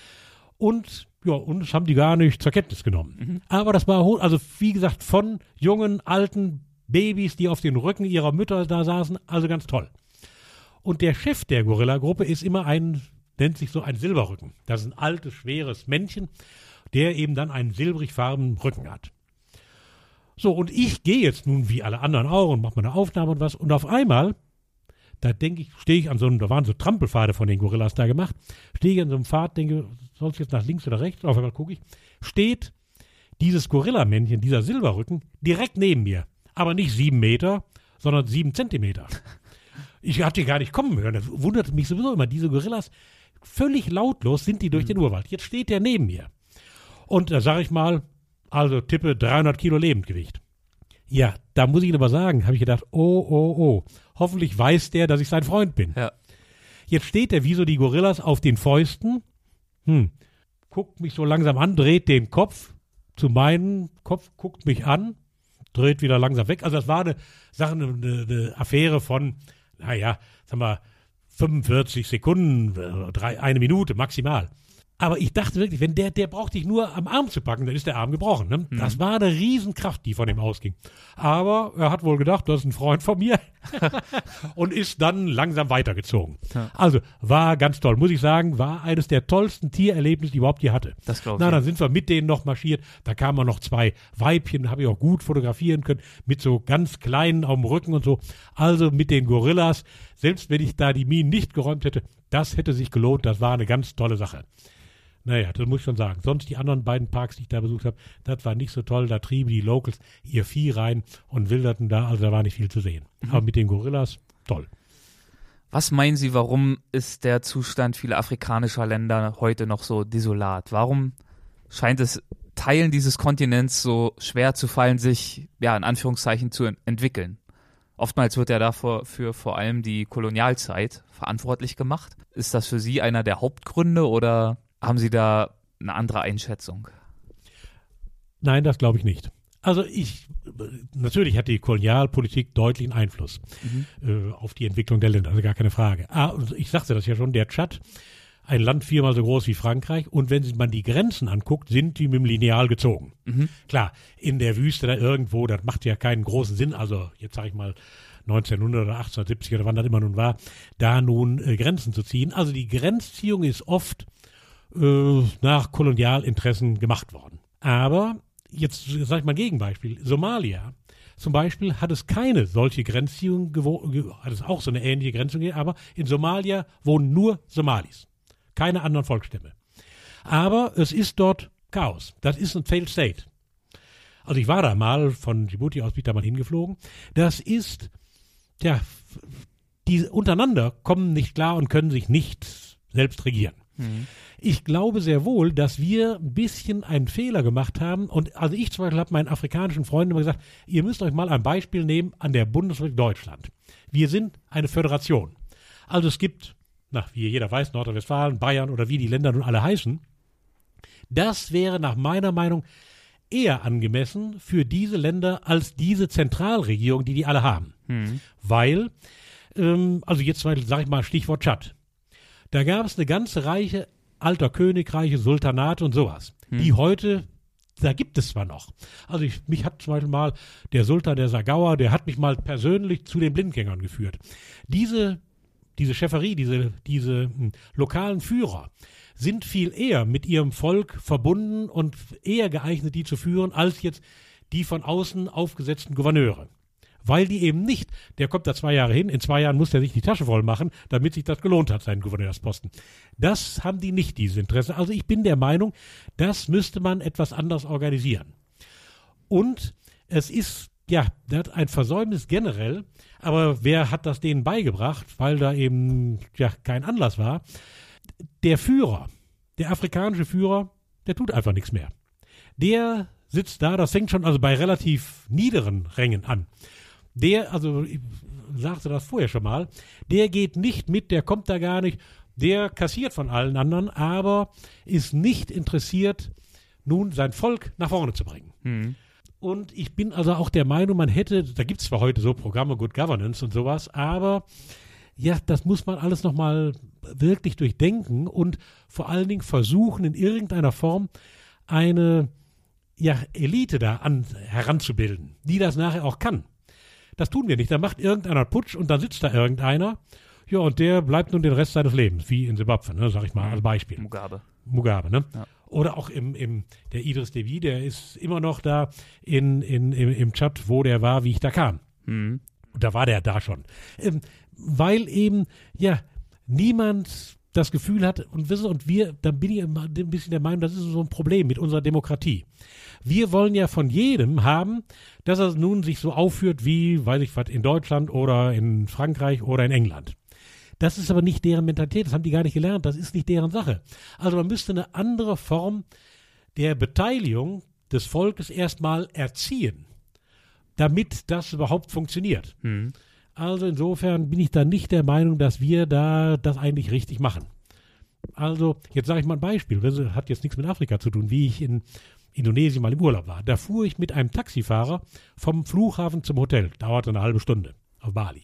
S3: und ja, uns haben die gar nicht zur Kenntnis genommen. Mhm. Aber das war, also wie gesagt, von jungen, alten Babys, die auf den Rücken ihrer Mütter da saßen, also ganz toll. Und der Chef der Gorilla-Gruppe ist immer ein, nennt sich so ein Silberrücken. Das ist ein altes, schweres Männchen, der eben dann einen silbrigfarbenen Rücken hat. So, und ich gehe jetzt nun wie alle anderen auch und mache mal eine Aufnahme und was. Und auf einmal, da denke ich, stehe ich an so einem, da waren so Trampelpfade von den Gorillas da gemacht, stehe ich an so einem Pfad, denke, soll ich jetzt nach links oder rechts? Auf einmal gucke ich, steht dieses Gorillamännchen, dieser Silberrücken, direkt neben mir. Aber nicht sieben Meter, sondern sieben Zentimeter. Ich hatte gar nicht kommen hören. Das wunderte mich sowieso immer. Diese Gorillas, völlig lautlos sind die durch den Urwald. Jetzt steht der neben mir. Und da sage ich mal, also tippe dreihundert Kilo Lebendgewicht. Ja, da muss ich Ihnen aber sagen, habe ich gedacht, oh, oh, oh. Hoffentlich weiß der, dass ich sein Freund bin.
S1: Ja.
S3: Jetzt steht er wie so die Gorillas auf den Fäusten, hm, guckt mich so langsam an, dreht den Kopf zu meinem Kopf, guckt mich an, dreht wieder langsam weg. Also das war eine Sache, eine, eine Affäre von, naja, sagen wir, fünfundvierzig Sekunden, drei, eine Minute maximal. Aber ich dachte wirklich, wenn der, der braucht dich nur am Arm zu packen, dann ist der Arm gebrochen. Ne? Mhm. Das war eine Riesenkraft, die von ihm ausging. Aber er hat wohl gedacht, das ist ein Freund von mir und ist dann langsam weitergezogen. Ja. Also war ganz toll, muss ich sagen, war eines der tollsten Tiererlebnisse, die ich überhaupt hier hatte.
S1: Das glaube ich.
S3: Na, dann sind wir mit denen noch marschiert. Da kamen noch zwei Weibchen, habe ich auch gut fotografieren können, mit so ganz kleinen auf dem Rücken und so. Also mit den Gorillas, selbst wenn ich da die Minen nicht geräumt hätte, das hätte sich gelohnt. Das war eine ganz tolle Sache. Naja, das muss ich schon sagen. Sonst die anderen beiden Parks, die ich da besucht habe, das war nicht so toll. Da trieben die Locals ihr Vieh rein und wilderten da. Also da war nicht viel zu sehen. Mhm. Aber mit den Gorillas, toll.
S1: Was meinen Sie, warum ist der Zustand vieler afrikanischer Länder heute noch so desolat? Warum scheint es Teilen dieses Kontinents so schwer zu fallen, sich, ja, in Anführungszeichen zu entwickeln? Oftmals wird ja dafür für vor allem die Kolonialzeit verantwortlich gemacht. Ist das für Sie einer der Hauptgründe oder haben Sie da eine andere Einschätzung?
S3: Nein, das glaube ich nicht. Also ich, natürlich hat die Kolonialpolitik deutlichen Einfluss mhm. äh, auf die Entwicklung der Länder, also gar keine Frage. Ah, ich sagte das ja schon, der Tschad, ein Land viermal so groß wie Frankreich und wenn man die Grenzen anguckt, sind die mit dem Lineal gezogen. Mhm. Klar, in der Wüste da irgendwo, das macht ja keinen großen Sinn, also jetzt sage ich mal neunzehnhundert oder achtzehnhundertsiebzig oder wann das immer nun war, da nun äh, Grenzen zu ziehen. Also die Grenzziehung ist oft äh, nach Kolonialinteressen gemacht worden. Aber jetzt sage ich mal ein Gegenbeispiel. Somalia zum Beispiel hat es keine solche Grenzziehung, gewo- hat es auch so eine ähnliche Grenzziehung, aber in Somalia wohnen nur Somalis. Keine anderen Volksstämme. Aber es ist dort Chaos. Das ist ein Failed State. Also ich war da mal, von Djibouti aus bin ich da mal hingeflogen. Das ist, ja, die untereinander kommen nicht klar und können sich nicht selbst regieren. Mhm. Ich glaube sehr wohl, dass wir ein bisschen einen Fehler gemacht haben. Und also ich zum Beispiel habe meinen afrikanischen Freunden immer gesagt, ihr müsst euch mal ein Beispiel nehmen an der Bundesrepublik Deutschland. Wir sind eine Föderation. Also es gibt, na, wie jeder weiß, Nordrhein-Westfalen, Bayern oder wie die Länder nun alle heißen. Das wäre nach meiner Meinung eher angemessen für diese Länder als diese Zentralregierung, die die alle haben. Mhm. Weil, ähm, also jetzt sage ich mal Stichwort Tschad. Da gab es eine ganze Reihe alter Königreiche, Sultanate und sowas, mhm. die heute, da gibt es zwar noch. Also ich, mich hat zum Beispiel mal der Sultan der Sagaua, der hat mich mal persönlich zu den Blindgängern geführt. Diese, diese Schäferie, diese, diese hm, lokalen Führer sind viel eher mit ihrem Volk verbunden und eher geeignet, die zu führen, als jetzt die von außen aufgesetzten Gouverneure. Weil die eben nicht, der kommt da zwei Jahre hin, in zwei Jahren muss der sich die Tasche voll machen, damit sich das gelohnt hat, seinen Gouverneursposten. Das haben die nicht, dieses Interesse. Also ich bin der Meinung, das müsste man etwas anders organisieren. Und es ist, ja, das hat ein Versäumnis generell, aber wer hat das denen beigebracht, weil da eben ja kein Anlass war? Der Führer, der afrikanische Führer, der tut einfach nichts mehr. Der sitzt da, das fängt schon also bei relativ niederen Rängen an. Der, also ich sagte das vorher schon mal, der geht nicht mit, der kommt da gar nicht, der kassiert von allen anderen, aber ist nicht interessiert, nun sein Volk nach vorne zu bringen. Mhm. Und ich bin also auch der Meinung, man hätte, da gibt es zwar heute so Programme, Good Governance und sowas, aber ja, das muss man alles nochmal wirklich durchdenken und vor allen Dingen versuchen, in irgendeiner Form eine ja, Elite da an, heranzubilden, die das nachher auch kann. Das tun wir nicht. Da macht irgendeiner Putsch und dann sitzt da irgendeiner, ja, und der bleibt nun den Rest seines Lebens, wie in Simbabwe, ne, sag ich mal als Beispiel.
S1: Mugabe.
S3: Mugabe, ne?
S1: Ja.
S3: Oder auch im, im, der Idris Deby, der ist immer noch da in, in, im, im Tschad, wo der war, wie ich da kam. Mhm. Und da war der da schon. Ähm, weil eben, ja, niemand das Gefühl hat, und wissen, und wir, dann bin ich ein bisschen der Meinung, das ist so ein Problem mit unserer Demokratie. Wir wollen ja von jedem haben, dass er nun sich so aufführt wie, weiß ich was, in Deutschland oder in Frankreich oder in England. Das ist aber nicht deren Mentalität, das haben die gar nicht gelernt, das ist nicht deren Sache. Also man müsste eine andere Form der Beteiligung des Volkes erstmal erziehen, damit das überhaupt funktioniert. Hm. Also insofern bin ich da nicht der Meinung, dass wir da das eigentlich richtig machen. Also jetzt sage ich mal ein Beispiel, das hat jetzt nichts mit Afrika zu tun, wie ich in Indonesien mal im Urlaub war. Da fuhr ich mit einem Taxifahrer vom Flughafen zum Hotel, dauerte eine halbe Stunde auf Bali.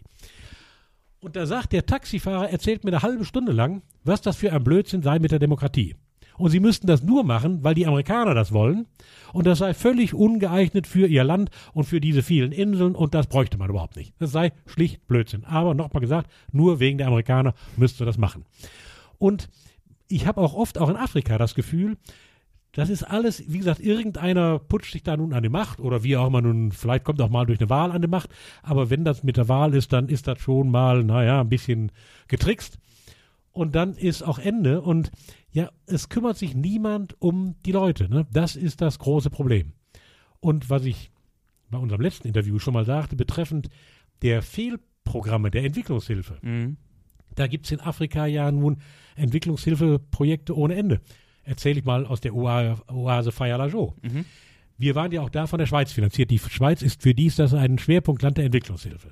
S3: Und da sagt der Taxifahrer, erzählt mir eine halbe Stunde lang, was das für ein Blödsinn sei mit der Demokratie. Und sie müssten das nur machen, weil die Amerikaner das wollen. Und das sei völlig ungeeignet für ihr Land und für diese vielen Inseln. Und das bräuchte man überhaupt nicht. Das sei schlicht Blödsinn. Aber nochmal gesagt, nur wegen der Amerikaner müsste das machen. Und ich habe auch oft, auch in Afrika, das Gefühl, das ist alles, wie gesagt, irgendeiner putscht sich da nun an die Macht oder wie auch immer nun, vielleicht kommt auch mal durch eine Wahl an die Macht, aber wenn das mit der Wahl ist, dann ist das schon mal, naja, ein bisschen getrickst und dann ist auch Ende und ja, es kümmert sich niemand um die Leute, ne? Das ist das große Problem. Und was ich bei unserem letzten Interview schon mal sagte, betreffend der Fehlprogramme der Entwicklungshilfe, mhm. da gibt es in Afrika ja nun Entwicklungshilfeprojekte ohne Ende. Erzähle ich mal aus der Oase Faya-Largeau. Mhm. Wir waren ja auch da von der Schweiz finanziert. Die Schweiz ist für dies das ein Schwerpunktland der Entwicklungshilfe.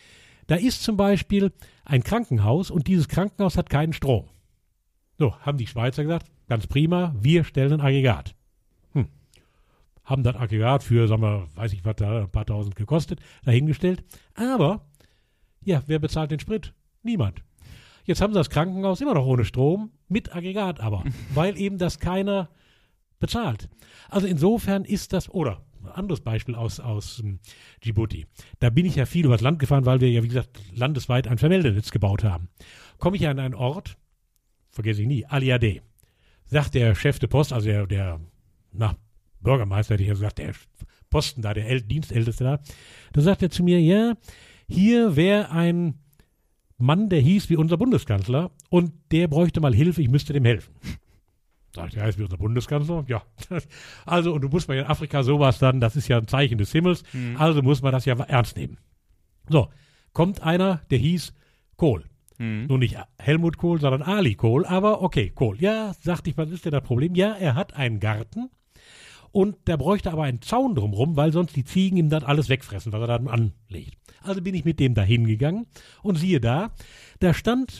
S3: Da ist zum Beispiel ein Krankenhaus und dieses Krankenhaus hat keinen Strom. So, haben die Schweizer gesagt, ganz prima, wir stellen ein Aggregat. Hm. Haben das Aggregat für, sagen wir, weiß ich was, da ein paar tausend gekostet, dahingestellt. Aber, ja, wer bezahlt den Sprit? Niemand. Jetzt haben sie das Krankenhaus immer noch ohne Strom, mit Aggregat aber, weil eben das keiner bezahlt. Also insofern ist das, oder ein anderes Beispiel aus, aus um, Djibouti. Da bin ich ja viel übers Land gefahren, weil wir ja, wie gesagt, landesweit ein Vermeldenetz gebaut haben. Komme ich an einen Ort, vergesse ich nie, Aliade, sagt der Chef de Post, also der, der na, Bürgermeister, hätte ich ja gesagt, der Posten da, der El- Dienstälteste da, da sagt er zu mir, ja, hier wäre ein Mann, der hieß wie unser Bundeskanzler und der bräuchte mal Hilfe, ich müsste dem helfen. Sagt er, heißt wie unser Bundeskanzler? Ja. Also, und du musst mal in Afrika sowas dann, das ist ja ein Zeichen des Himmels, mhm. also muss man das ja ernst nehmen. So, kommt einer, der hieß Kohl. Mhm. Nun nicht Helmut Kohl, sondern Ali Kohl, aber okay, Kohl. Ja, sagte ich, was ist denn das Problem? Ja, er hat einen Garten und der bräuchte aber einen Zaun drumherum, weil sonst die Ziegen ihm dann alles wegfressen, was er dann anlegt. Also bin ich mit dem da hingegangen und siehe da, da stand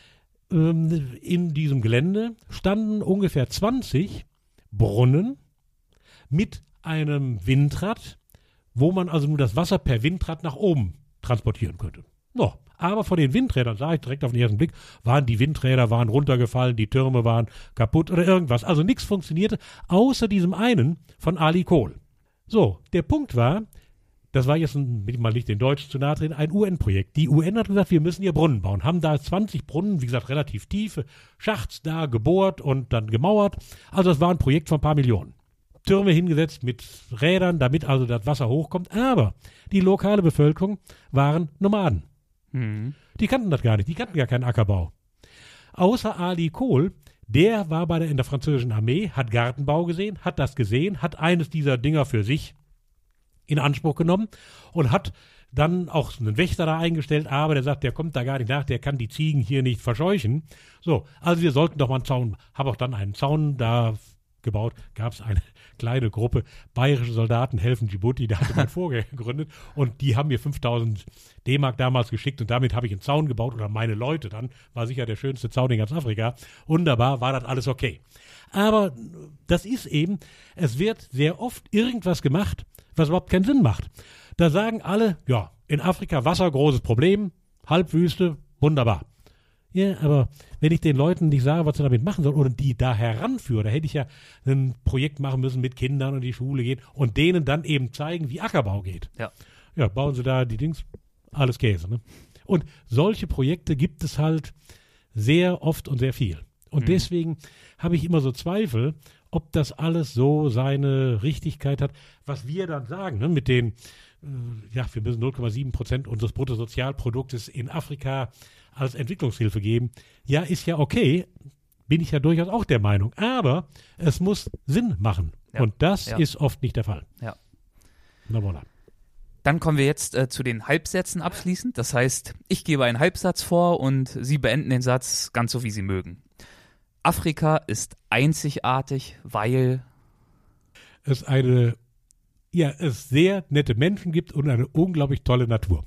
S3: ähm, in diesem Gelände standen ungefähr zwanzig Brunnen mit einem Windrad, wo man also nur das Wasser per Windrad nach oben transportieren könnte. No, aber von den Windrädern, sah ich direkt auf den ersten Blick, waren die Windräder waren runtergefallen, die Türme waren kaputt oder irgendwas. Also nichts funktionierte, außer diesem einen von Ali Kohl. So, der Punkt war, das war jetzt, ein, mal nicht den Deutschen zu nahe treten, ein U N-Projekt. Die U N hat gesagt, wir müssen hier Brunnen bauen. Haben da zwanzig Brunnen, wie gesagt, relativ tiefe Schachts da gebohrt und dann gemauert. Also das war ein Projekt von ein paar Millionen. Türme hingesetzt mit Rädern, damit also das Wasser hochkommt. Aber die lokale Bevölkerung waren Nomaden.
S1: Mhm.
S3: Die kannten das gar nicht, die kannten gar keinen Ackerbau. Außer Ali Kohl, der war bei der, in der französischen Armee, hat Gartenbau gesehen, hat das gesehen, hat eines dieser Dinger für sich in Anspruch genommen und hat dann auch einen Wächter da eingestellt, aber der sagt, der kommt da gar nicht nach, der kann die Ziegen hier nicht verscheuchen. So, also wir sollten doch mal einen Zaun, habe auch dann einen Zaun da gebaut, gab es eine kleine Gruppe bayerische Soldaten helfen Djibouti, da hatte mein Vorgänger gegründet und die haben mir fünftausend D-Mark damals geschickt und damit habe ich einen Zaun gebaut oder meine Leute dann, war sicher der schönste Zaun in ganz Afrika. Wunderbar, war das alles okay. Aber das ist eben, es wird sehr oft irgendwas gemacht, was überhaupt keinen Sinn macht. Da sagen alle, ja, in Afrika Wasser, großes Problem, Halbwüste, wunderbar. Ja, aber wenn ich den Leuten nicht sage, was sie damit machen sollen oder die da heranführe, da hätte ich ja ein Projekt machen müssen mit Kindern und die Schule gehen und denen dann eben zeigen, wie Ackerbau geht.
S1: Ja.
S3: Ja, bauen sie da die Dings, alles Käse, ne? Und solche Projekte gibt es halt sehr oft und sehr viel. Und mhm. deswegen habe ich immer so Zweifel, ob das alles so seine Richtigkeit hat, was wir dann sagen, ne, mit den, äh, ja, wir müssen null Komma sieben Prozent unseres Bruttosozialproduktes in Afrika als Entwicklungshilfe geben. Ja, ist ja okay, bin ich ja durchaus auch der Meinung, aber es muss Sinn machen. Ja. Und das ja. ist oft nicht der Fall.
S1: Ja.
S3: Na voilà.
S1: Dann kommen wir jetzt äh, zu den Halbsätzen abschließend. Das heißt, ich gebe einen Halbsatz vor und Sie beenden den Satz ganz so, wie Sie mögen. Afrika ist einzigartig, weil
S3: es eine, ja, es sehr nette Menschen gibt und eine unglaublich tolle Natur.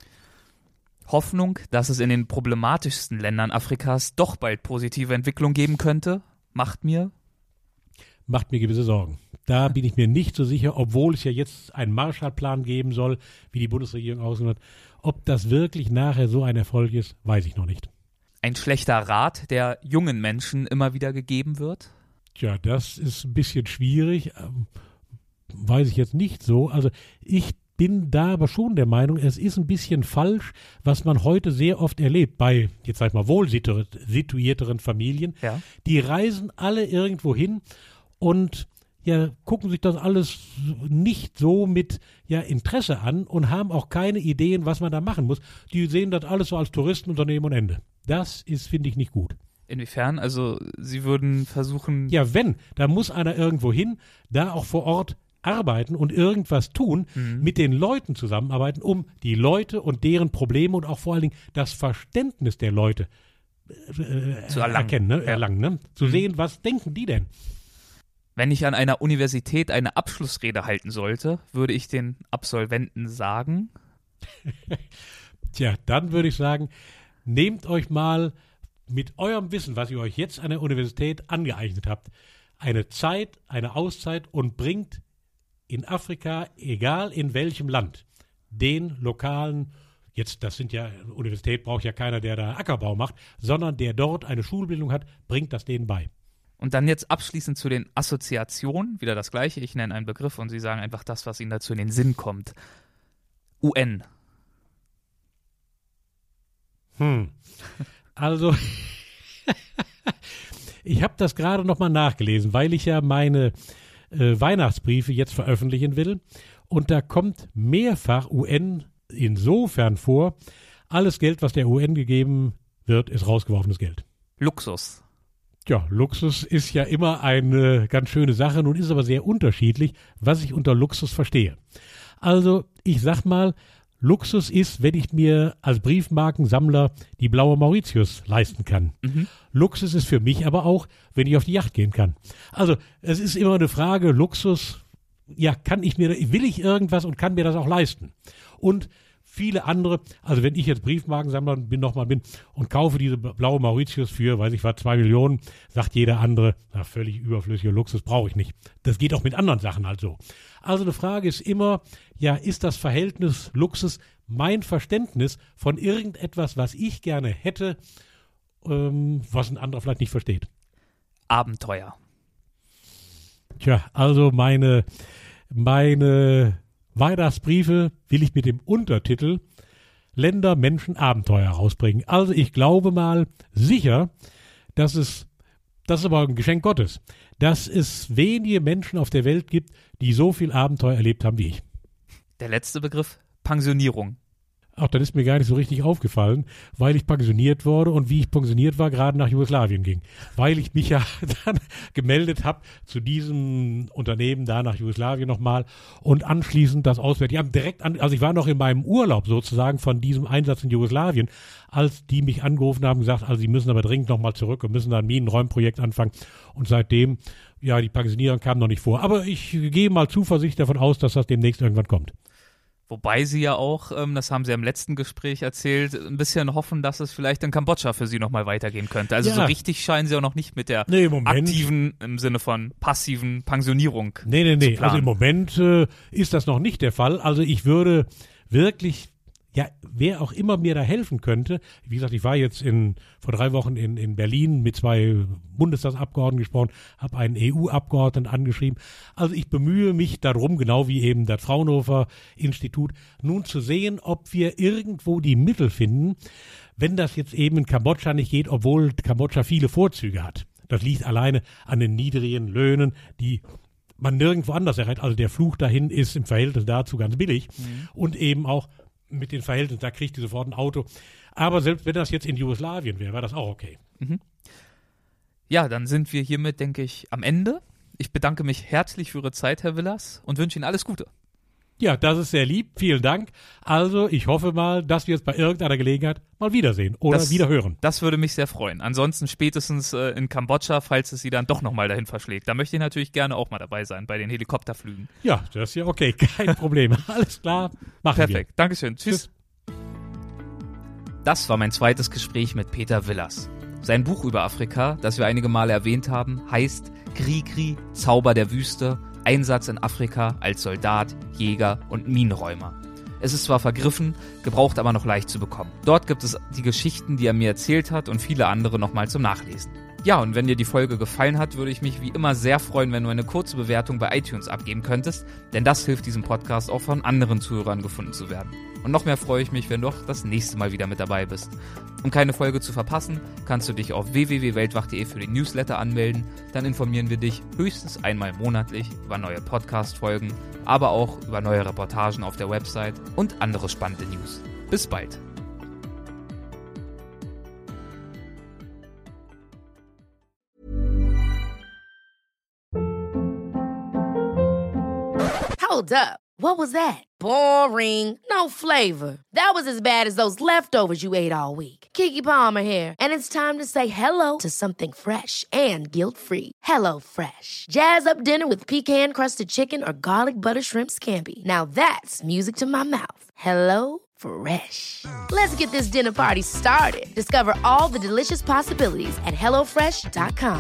S1: Hoffnung, dass es in den problematischsten Ländern Afrikas doch bald positive Entwicklung geben könnte, macht mir
S3: macht mir gewisse Sorgen. Da bin ich mir nicht so sicher, obwohl es ja jetzt einen Marshallplan geben soll, wie die Bundesregierung ausgemacht hat. Ob das wirklich nachher so ein Erfolg ist, weiß ich noch nicht.
S1: Ein schlechter Rat, der jungen Menschen immer wieder gegeben wird?
S3: Tja, das ist ein bisschen schwierig. Ähm, weiß ich jetzt nicht so. Also ich bin da aber schon der Meinung, es ist ein bisschen falsch, was man heute sehr oft erlebt bei, jetzt sag ich mal, wohl situierteren Familien.
S1: Ja.
S3: Die reisen alle irgendwo hin und ja, gucken sich das alles nicht so mit ja, Interesse an und haben auch keine Ideen, was man da machen muss. Die sehen das alles so als Touristenunternehmen und Ende. Das ist, finde ich, nicht gut.
S1: Inwiefern? Also Sie würden versuchen...
S3: Ja, wenn, da muss einer irgendwo hin, da auch vor Ort arbeiten und irgendwas tun, mhm. mit den Leuten zusammenarbeiten, um die Leute und deren Probleme und auch vor allen Dingen das Verständnis der Leute äh,
S1: zu erlangen,
S3: erkennen, ne?
S1: Ja.
S3: erlangen ne? zu mhm. sehen, was denken die denn?
S1: Wenn ich an einer Universität eine Abschlussrede halten sollte, würde ich den Absolventen sagen?
S3: Tja, dann würde ich sagen, nehmt euch mal mit eurem Wissen, was ihr euch jetzt an der Universität angeeignet habt, eine Zeit, eine Auszeit und bringt in Afrika, egal in welchem Land, den lokalen, jetzt das sind ja, Universität braucht ja keiner, der da Ackerbau macht, sondern der dort eine Schulbildung hat, bringt das denen bei.
S1: Und dann jetzt abschließend zu den Assoziationen, wieder das Gleiche, ich nenne einen Begriff und Sie sagen einfach das, was Ihnen dazu in den Sinn kommt. U N.
S3: Hm, also, ich habe das gerade nochmal nachgelesen, weil ich ja meine äh, Weihnachtsbriefe jetzt veröffentlichen will und da kommt mehrfach U N insofern vor, alles Geld, was der U N gegeben wird, ist rausgeworfenes Geld.
S1: Luxus.
S3: Ja, Luxus ist ja immer eine ganz schöne Sache, nun ist aber sehr unterschiedlich, was ich unter Luxus verstehe. Also, ich sag mal, Luxus ist, wenn ich mir als Briefmarkensammler die blaue Mauritius leisten kann. Mhm. Luxus ist für mich aber auch, wenn ich auf die Yacht gehen kann. Also, es ist immer eine Frage, Luxus, ja, kann ich mir, will ich irgendwas und kann mir das auch leisten? Und viele andere, also wenn ich jetzt Briefmarkensammler bin, nochmal bin und kaufe diese blaue Mauritius für, weiß ich was, zwei Millionen, sagt jeder andere, na, völlig überflüssiger Luxus brauche ich nicht. Das geht auch mit anderen Sachen halt so. Also eine Frage ist immer, ja, ist das Verhältnis Luxus mein Verständnis von irgendetwas, was ich gerne hätte, ähm, was ein anderer vielleicht nicht versteht?
S1: Abenteuer.
S3: Tja, also meine, meine Weihnachtsbriefe will ich mit dem Untertitel Länder, Menschen, Abenteuer rausbringen. Also ich glaube mal sicher, dass es das ist aber ein Geschenk Gottes, dass es wenige Menschen auf der Welt gibt, die so viel Abenteuer erlebt haben wie ich.
S1: Der letzte Begriff, Pensionierung.
S3: Ach, das ist mir gar nicht so richtig aufgefallen, weil ich pensioniert wurde und wie ich pensioniert war, gerade nach Jugoslawien ging. Weil ich mich ja dann gemeldet habe zu diesem Unternehmen da nach Jugoslawien nochmal und anschließend das Auswärtige Amt direkt an, also ich war noch in meinem Urlaub sozusagen von diesem Einsatz in Jugoslawien, als die mich angerufen haben und gesagt, also sie müssen aber dringend nochmal zurück und müssen da ein Minenräumprojekt anfangen. Und seitdem, ja, die Pensionierung kam noch nicht vor. Aber ich gehe mal Zuversicht davon aus, dass das demnächst irgendwann kommt.
S1: Wobei sie ja auch, ähm, das haben sie im letzten Gespräch erzählt, ein bisschen hoffen, dass es vielleicht in Kambodscha für sie nochmal weitergehen könnte. Also
S3: ja.
S1: so richtig scheinen sie auch noch nicht mit der
S3: nee, im Moment,
S1: aktiven, im Sinne von passiven Pensionierung
S3: Nee, nee, nee.
S1: zu
S3: Also im
S1: planen.
S3: Moment äh, ist das noch nicht der Fall. Also ich würde wirklich, ja, wer auch immer mir da helfen könnte, wie gesagt, ich war jetzt in vor drei Wochen in, in Berlin mit zwei Bundestagsabgeordneten gesprochen, habe einen E U-Abgeordneten angeschrieben. Also ich bemühe mich darum, genau wie eben das Fraunhofer-Institut, nun zu sehen, ob wir irgendwo die Mittel finden, wenn das jetzt eben in Kambodscha nicht geht, obwohl Kambodscha viele Vorzüge hat. Das liegt alleine an den niedrigen Löhnen, die man nirgendwo anders erreicht. Also der Flug dahin ist im Verhältnis dazu ganz billig mhm. und eben auch mit den Verhältnissen, da kriegt ihr sofort ein Auto. Aber selbst wenn das jetzt in Jugoslawien wäre, wäre das auch okay.
S1: Mhm. Ja, dann sind wir hiermit, denke ich, am Ende. Ich bedanke mich herzlich für Ihre Zeit, Herr Willers, und wünsche Ihnen alles Gute.
S3: Ja, das ist sehr lieb. Vielen Dank. Also, ich hoffe mal, dass wir es bei irgendeiner Gelegenheit mal wiedersehen oder
S1: das,
S3: wieder hören.
S1: Das würde mich sehr freuen. Ansonsten spätestens äh, in Kambodscha, falls es Sie dann doch nochmal dahin verschlägt. Da möchte ich natürlich gerne auch mal dabei sein, bei den Helikopterflügen.
S3: Ja, das ist ja okay. Kein Problem. Alles klar. Machen wir.
S1: Perfekt. Dankeschön. Tschüss. Tschüss. Das war mein zweites Gespräch mit Peter Willers. Sein Buch über Afrika, das wir einige Male erwähnt haben, heißt Kri-Kri, Zauber der Wüste, Einsatz in Afrika als Soldat, Jäger und Minenräumer. Es ist zwar vergriffen, gebraucht aber noch leicht zu bekommen. Dort gibt es die Geschichten, die er mir erzählt hat, und viele andere nochmal zum Nachlesen. Ja, und wenn dir die Folge gefallen hat, würde ich mich wie immer sehr freuen, wenn du eine kurze Bewertung bei iTunes abgeben könntest, denn das hilft diesem Podcast auch von anderen Zuhörern gefunden zu werden. Und noch mehr freue ich mich, wenn du auch das nächste Mal wieder mit dabei bist. Um keine Folge zu verpassen, kannst du dich auf w w w punkt weltwach punkt de für den Newsletter anmelden. Dann informieren wir dich höchstens einmal monatlich über neue Podcast-Folgen, aber auch über neue Reportagen auf der Website und andere spannende News. Bis bald!
S4: Hold up. What was that? Boring. No flavor. That was as bad as those leftovers you ate all week. Keke Palmer here, and it's time to say hello to something fresh and guilt-free. Hello Fresh. Jazz up dinner with pecan-crusted chicken or garlic butter shrimp scampi. Now that's music to my mouth. Hello Fresh. Let's get this dinner party started. Discover all the delicious possibilities at hello fresh dot com.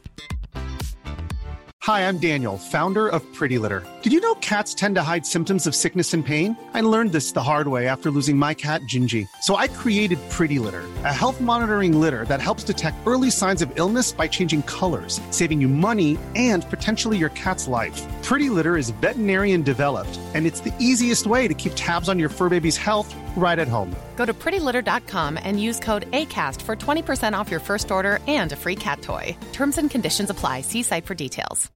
S5: Hi, I'm Daniel, founder of Pretty Litter. Did you know cats tend to hide symptoms of sickness and pain? I learned this the hard way after losing my cat, Gingy. So I created Pretty Litter, a health monitoring litter that helps detect early signs of illness by changing colors, saving you money and potentially your cat's life. Pretty Litter is veterinarian developed, and it's the easiest way to keep tabs on your fur baby's health right at home.
S6: Go to pretty litter dot com and use code ACAST for twenty percent off your first order and a free cat toy. Terms and conditions apply. See site for details.